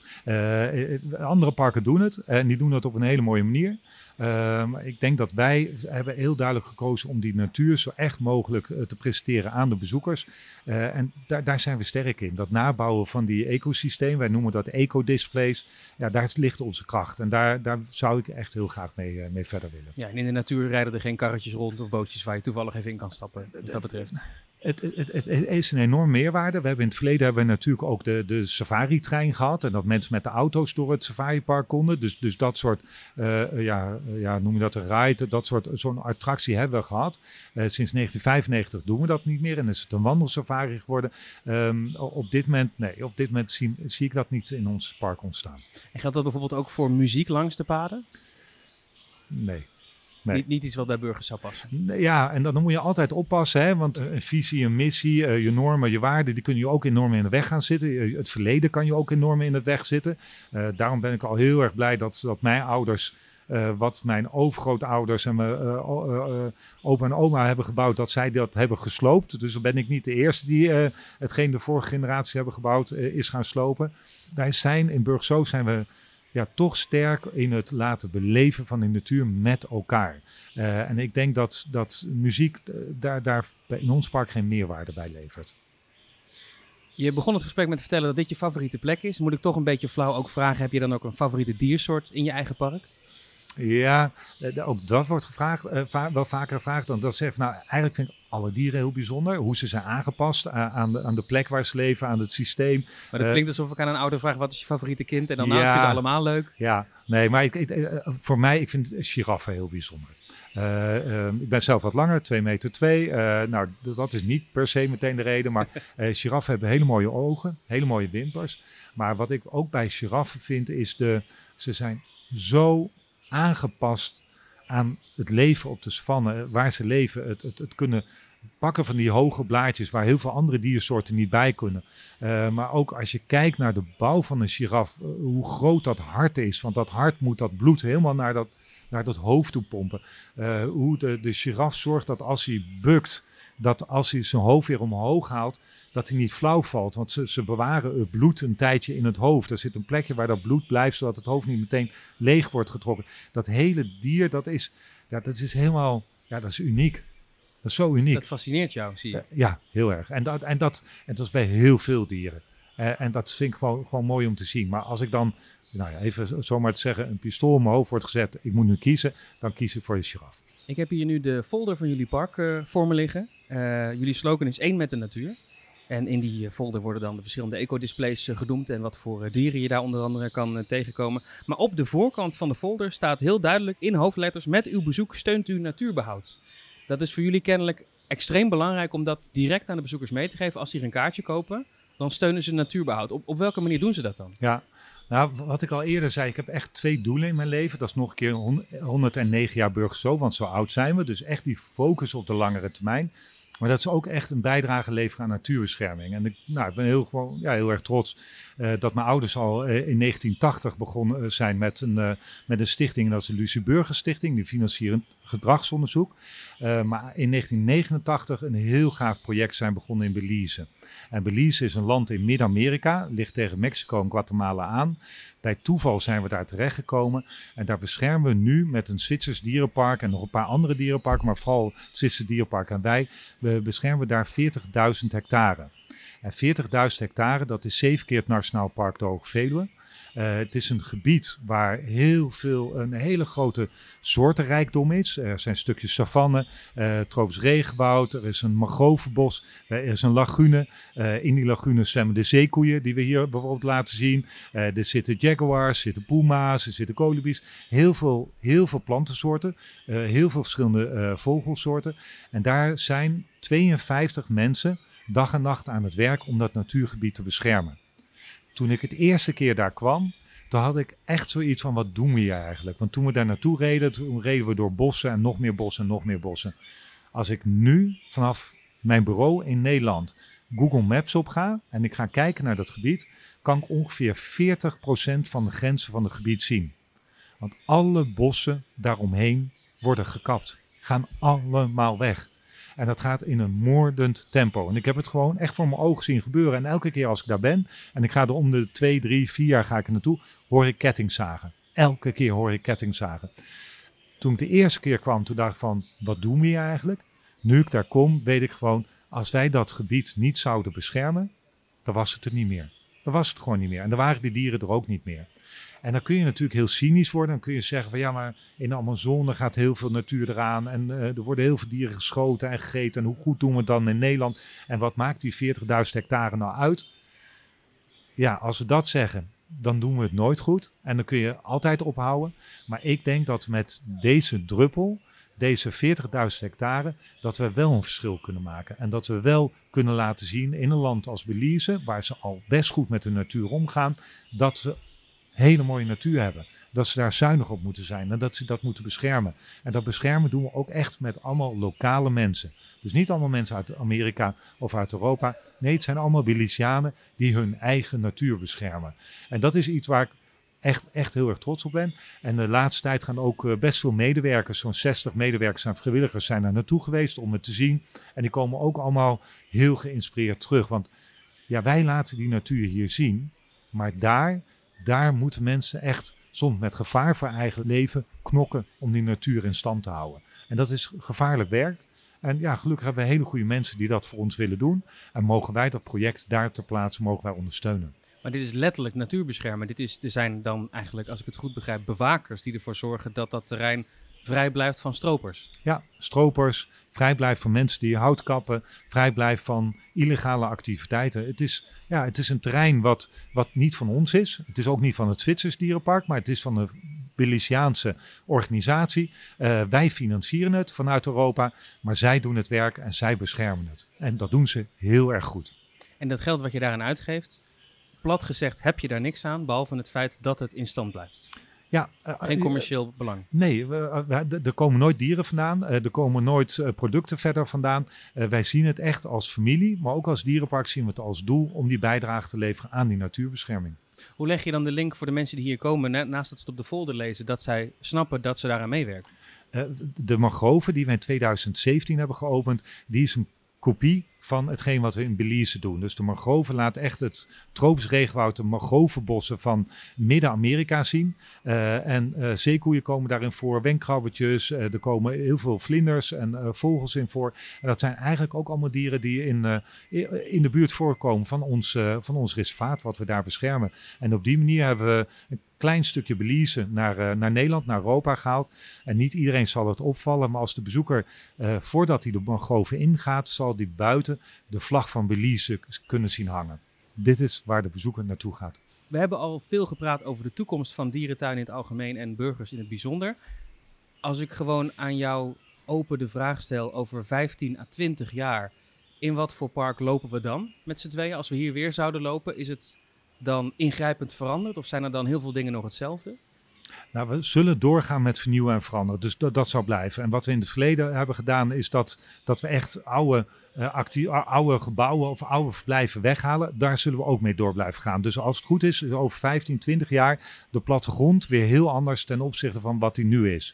Uh, andere parken doen het en die doen het op een hele mooie manier. Uh, maar ik denk dat wij hebben heel duidelijk gekozen om die natuur zo echt mogelijk uh, te presenteren aan de bezoekers. Uh, en daar, daar zijn we sterk in. Dat nabouwen van die ecosysteem, wij noemen dat ecodisplays. Ja, daar ligt onze kracht en daar, daar zou ik echt heel graag mee, uh, mee verder willen. Ja, en in de natuur rijden er geen karretjes rond of bootjes waar je toevallig even in kan stappen, wat dat betreft. Het, het, het, het is een enorm meerwaarde. We hebben in het verleden hebben we natuurlijk ook de, de safari-trein gehad. En dat mensen met de auto's door het safaripark konden. Dus, dus dat soort, uh, ja, ja, noem je dat een ride, dat soort, zo'n attractie hebben we gehad. Uh, sinds negentien vijfennegentig doen we dat niet meer. En is het een wandelsafari geworden. Um, op dit moment, nee, op dit moment zie, zie ik dat niet in ons park ontstaan. En geldt dat bijvoorbeeld ook voor muziek langs de paden? Nee. Nee. Niet, niet iets wat bij burgers zou passen. Ja, en dan moet je altijd oppassen, hè? Want een visie, een missie, uh, je normen, je waarden, die kunnen je ook enorm in de weg gaan zitten. Uh, het verleden kan je ook enorm in de weg zitten. Uh, daarom ben ik al heel erg blij dat, dat mijn ouders, uh, wat mijn overgrootouders en mijn uh, uh, uh, opa en oma hebben gebouwd, dat zij dat hebben gesloopt. Dus dan ben ik niet de eerste die uh, hetgeen de vorige generatie hebben gebouwd, uh, is gaan slopen. Wij zijn in Burgers Zoo zijn we ja, toch sterk in het laten beleven van de natuur met elkaar. Uh, en ik denk dat, dat muziek uh, daar, daar in ons park geen meerwaarde bij levert. Je begon het gesprek met te vertellen dat dit je favoriete plek is. Moet ik toch een beetje flauw ook vragen, heb je dan ook een favoriete diersoort in je eigen park? Ja, ook dat wordt gevraagd, uh, va- wel vaker gevraagd. Dan dat zegt, nou, eigenlijk vind ik alle dieren heel bijzonder. Hoe ze zijn aangepast uh, aan, de, aan de plek waar ze leven, aan het systeem. Maar dat uh, klinkt alsof ik aan een ouder vraag, wat is je favoriete kind? En dan, nou, ja, ik vind ze allemaal leuk. Ja, nee, maar ik, ik, uh, voor mij, ik vind giraffen heel bijzonder. Uh, uh, ik ben zelf wat langer, twee meter twee. Uh, nou, d- dat is niet per se meteen de reden. Maar uh, giraffen hebben hele mooie ogen, hele mooie wimpers. Maar wat ik ook bij giraffen vind, is de, ze zijn zo aangepast aan het leven op de savanne, waar ze leven, het, het, het kunnen pakken van die hoge blaadjes waar heel veel andere diersoorten niet bij kunnen. Uh, maar ook als je kijkt naar de bouw van een giraf, uh, hoe groot dat hart is, want dat hart moet dat bloed helemaal naar dat, naar dat hoofd toe pompen. Uh, hoe de, de giraf zorgt dat als hij bukt, dat als hij zijn hoofd weer omhoog haalt, dat hij niet flauw valt. Want ze, ze bewaren het bloed een tijdje in het hoofd. Er zit een plekje waar dat bloed blijft, zodat het hoofd niet meteen leeg wordt getrokken. Dat hele dier, dat is, ja, dat is helemaal, ja, dat is uniek. Dat is zo uniek. Dat fascineert jou, zie je. Uh, ja, heel erg. En dat, en, dat, en dat is bij heel veel dieren. Uh, en dat vind ik gewoon, gewoon mooi om te zien. Maar als ik dan, nou ja, even zomaar te zeggen, een pistool op mijn hoofd wordt gezet, ik moet nu kiezen, dan kies ik voor de giraf. Ik heb hier nu de folder van jullie park uh, voor me liggen. Uh, jullie slogan is één met de natuur. En in die uh, folder worden dan de verschillende ecodisplays uh, genoemd en wat voor uh, dieren je daar onder andere kan uh, tegenkomen. Maar op de voorkant van de folder staat heel duidelijk in hoofdletters: met uw bezoek steunt u natuurbehoud. Dat is voor jullie kennelijk extreem belangrijk om dat direct aan de bezoekers mee te geven. Als die een kaartje kopen, dan steunen ze natuurbehoud. Op, op welke manier doen ze dat dan? Ja, nou, wat ik al eerder zei, ik heb echt twee doelen in mijn leven. Dat is nog een keer honderdnegen jaar Burgers Zoo, want zo oud zijn we. Dus echt die focus op de langere termijn. Maar dat is ook echt een bijdrage leveren aan natuurbescherming. En ik, nou, ik ben heel, gewoon, ja, heel erg trots uh, dat mijn ouders al uh, in negentien tachtig begonnen uh, zijn met een, uh, met een stichting. Dat is de Lucie Burgers Stichting. Die financieren gedragsonderzoek. Uh, maar in negentien negenentachtig een heel gaaf project zijn begonnen in Belize. En Belize is een land in Midden-Amerika, ligt tegen Mexico en Guatemala aan. Bij toeval zijn we daar terechtgekomen en daar beschermen we nu met een Zwitsers dierenpark en nog een paar andere dierenparken, maar vooral het Zwitserse dierenpark en wij, we beschermen daar veertigduizend hectare. En veertigduizend hectare, dat is zeven keer het Nationaal Park de Hoge Veluwe. Uh, het is een gebied waar heel veel, een hele grote soortenrijkdom is. Er zijn stukjes savanne, uh, tropisch regenwoud, er is een mangrovenbos, er is een lagune. Uh, in die lagune zwemmen de zeekoeien die we hier bijvoorbeeld laten zien. Uh, er zitten jaguars, er zitten puma's, er zitten kolibri's. Heel veel, heel veel plantensoorten, uh, heel veel verschillende uh, vogelsoorten. En daar zijn tweeënvijftig mensen dag en nacht aan het werk om dat natuurgebied te beschermen. Toen ik het eerste keer daar kwam, toen had ik echt zoiets van, wat doen we hier eigenlijk? Want toen we daar naartoe reden, toen reden we door bossen en nog meer bossen en nog meer bossen. Als ik nu vanaf mijn bureau in Nederland Google Maps op ga en ik ga kijken naar dat gebied, kan ik ongeveer veertig procent van de grenzen van het gebied zien. Want alle bossen daaromheen worden gekapt, gaan allemaal weg. En dat gaat in een moordend tempo. En ik heb het gewoon echt voor mijn ogen zien gebeuren. En elke keer als ik daar ben, en ik ga er om de twee, drie, vier jaar ga ik er naartoe, hoor ik kettingzagen. Elke keer hoor ik kettingzagen. Toen ik de eerste keer kwam, toen dacht ik van, wat doen we hier eigenlijk? Nu ik daar kom, weet ik gewoon, als wij dat gebied niet zouden beschermen, dan was het er niet meer. Dan was het gewoon niet meer. En dan waren die dieren er ook niet meer. En dan kun je natuurlijk heel cynisch worden. Dan kun je zeggen van ja, maar in de Amazone gaat heel veel natuur eraan. En uh, er worden heel veel dieren geschoten en gegeten. En hoe goed doen we het dan in Nederland? En wat maakt die veertigduizend hectare nou uit? Ja, als we dat zeggen, dan doen we het nooit goed. En dan kun je altijd ophouden. Maar ik denk dat met deze druppel, deze veertigduizend hectare, dat we wel een verschil kunnen maken. En dat we wel kunnen laten zien in een land als Belize, waar ze al best goed met de natuur omgaan, dat ze hele mooie natuur hebben. Dat ze daar zuinig op moeten zijn en dat ze dat moeten beschermen. En dat beschermen doen we ook echt met allemaal lokale mensen. Dus niet allemaal mensen uit Amerika of uit Europa. Nee, het zijn allemaal Belizeanen die hun eigen natuur beschermen. En dat is iets waar ik echt, echt heel erg trots op ben. En de laatste tijd gaan ook uh, best veel medewerkers, zo'n zestig medewerkers en vrijwilligers zijn daar naartoe geweest om het te zien. En die komen ook allemaal heel geïnspireerd terug. Want ja, wij laten die natuur hier zien, maar daar... Daar moeten mensen echt, soms met gevaar voor eigen leven, knokken om die natuur in stand te houden. En dat is gevaarlijk werk. En ja, gelukkig hebben we hele goede mensen die dat voor ons willen doen. En mogen wij dat project daar ter plaatse, mogen wij ondersteunen. Maar dit is letterlijk natuurbeschermen. Dit is, er zijn dan eigenlijk, als ik het goed begrijp, bewakers die ervoor zorgen dat dat terrein vrij blijft van stropers. Ja, stropers, vrij blijft van mensen die hout kappen, vrij blijft van illegale activiteiten. Het is, ja, het is een terrein wat, wat niet van ons is. Het is ook niet van het Zwitsers dierenpark, maar het is van de Belizeaanse organisatie. Uh, wij financieren het vanuit Europa, maar zij doen het werk en zij beschermen het. En dat doen ze heel erg goed. En dat geld wat je daaraan uitgeeft, plat gezegd heb je daar niks aan, behalve het feit dat het in stand blijft. Ja, uh, Geen commercieel belang. Nee, uh, uh, er komen nooit dieren vandaan. Uh, er komen nooit uh, producten verder vandaan. Uh, wij zien het echt als familie, maar ook als dierenpark zien we het als doel om die bijdrage te leveren aan die natuurbescherming. Hoe leg je dan de link voor de mensen die hier komen, na, naast dat ze het op de folder lezen, dat zij snappen dat ze daaraan meewerken? Uh, de mangrove die we in tweeduizend zeventien hebben geopend, die is een kopie van hetgeen wat we in Belize doen. Dus de mangroven laat echt het tropisch regenwoud, de mangrovenbossen van Midden-Amerika zien. Uh, en uh, zeekoeien komen daarin voor, wenkkrabbetjes, uh, er komen heel veel vlinders en uh, vogels in voor. En dat zijn eigenlijk ook allemaal dieren die in, uh, in de buurt voorkomen van ons, uh, van ons reservaat, wat we daar beschermen. En op die manier hebben we een klein stukje Belize naar, uh, naar Nederland, naar Europa gehaald. En niet iedereen zal het opvallen, maar als de bezoeker, uh, voordat hij de mangroven ingaat, zal die buiten de vlag van Belize kunnen zien hangen. Dit is waar de bezoeker naartoe gaat. We hebben al veel gepraat over de toekomst van dierentuinen in het algemeen en burgers in het bijzonder. Als ik gewoon aan jou open de vraag stel over vijftien à twintig jaar, in wat voor park lopen we dan met z'n tweeën? Als we hier weer zouden lopen, is het dan ingrijpend veranderd of zijn er dan heel veel dingen nog hetzelfde? Nou, we zullen doorgaan met vernieuwen en veranderen. Dus dat, dat zal blijven. En wat we in het verleden hebben gedaan is dat, dat we echt oude, uh, actie, oude gebouwen of oude verblijven weghalen. Daar zullen we ook mee door blijven gaan. Dus als het goed is, is over vijftien, twintig jaar de plattegrond weer heel anders ten opzichte van wat die nu is.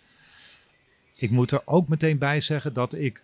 Ik moet er ook meteen bij zeggen dat ik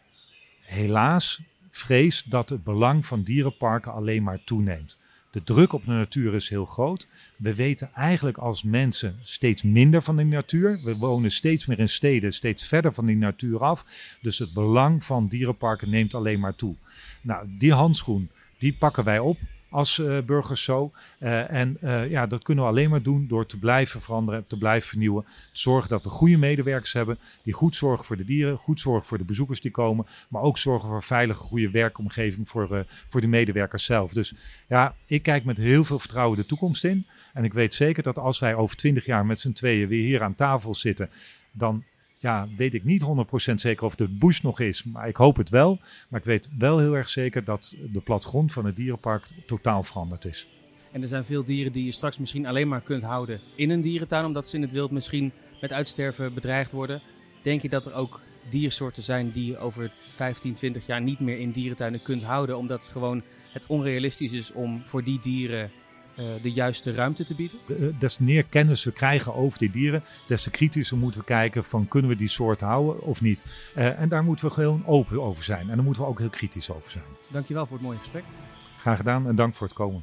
helaas vrees dat het belang van dierenparken alleen maar toeneemt. De druk op de natuur is heel groot. We weten eigenlijk als mensen steeds minder van de natuur. We wonen steeds meer in steden, steeds verder van die natuur af. Dus het belang van dierenparken neemt alleen maar toe. Nou, die handschoen, die pakken wij op als uh, burgers zo. Uh, en uh, ja, dat kunnen we alleen maar doen door te blijven veranderen, te blijven vernieuwen. Te zorgen dat we goede medewerkers hebben die goed zorgen voor de dieren, goed zorgen voor de bezoekers die komen. Maar ook zorgen voor een veilige, goede werkomgeving voor, uh, voor de medewerkers zelf. Dus ja, ik kijk met heel veel vertrouwen de toekomst in. En ik weet zeker dat als wij over twintig jaar met z'n tweeën weer hier aan tafel zitten, dan ja, weet ik niet honderd procent zeker of de bush nog is, maar ik hoop het wel. Maar ik weet wel heel erg zeker dat de plattegrond van het dierenpark totaal veranderd is. En er zijn veel dieren die je straks misschien alleen maar kunt houden in een dierentuin, omdat ze in het wild misschien met uitsterven bedreigd worden. Denk je dat er ook diersoorten zijn die je over vijftien, twintig jaar niet meer in dierentuinen kunt houden, omdat gewoon het onrealistisch is om voor die dieren Uh, de juiste ruimte te bieden? Uh, des te meer kennis we krijgen over die dieren, des te kritischer moeten we kijken van kunnen we die soort houden of niet. Uh, en daar moeten we gewoon open over zijn. En daar moeten we ook heel kritisch over zijn. Dankjewel voor het mooie gesprek. Graag gedaan en dank voor het komen.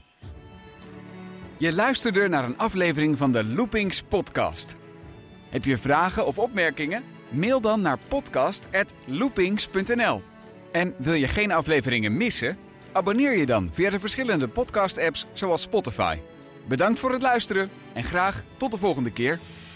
Je luisterde naar een aflevering van de Loopings podcast. Heb je vragen of opmerkingen? Mail dan naar podcast at loopings punt n l. En wil je geen afleveringen missen? Abonneer je dan via de verschillende podcast-apps zoals Spotify. Bedankt voor het luisteren en graag tot de volgende keer.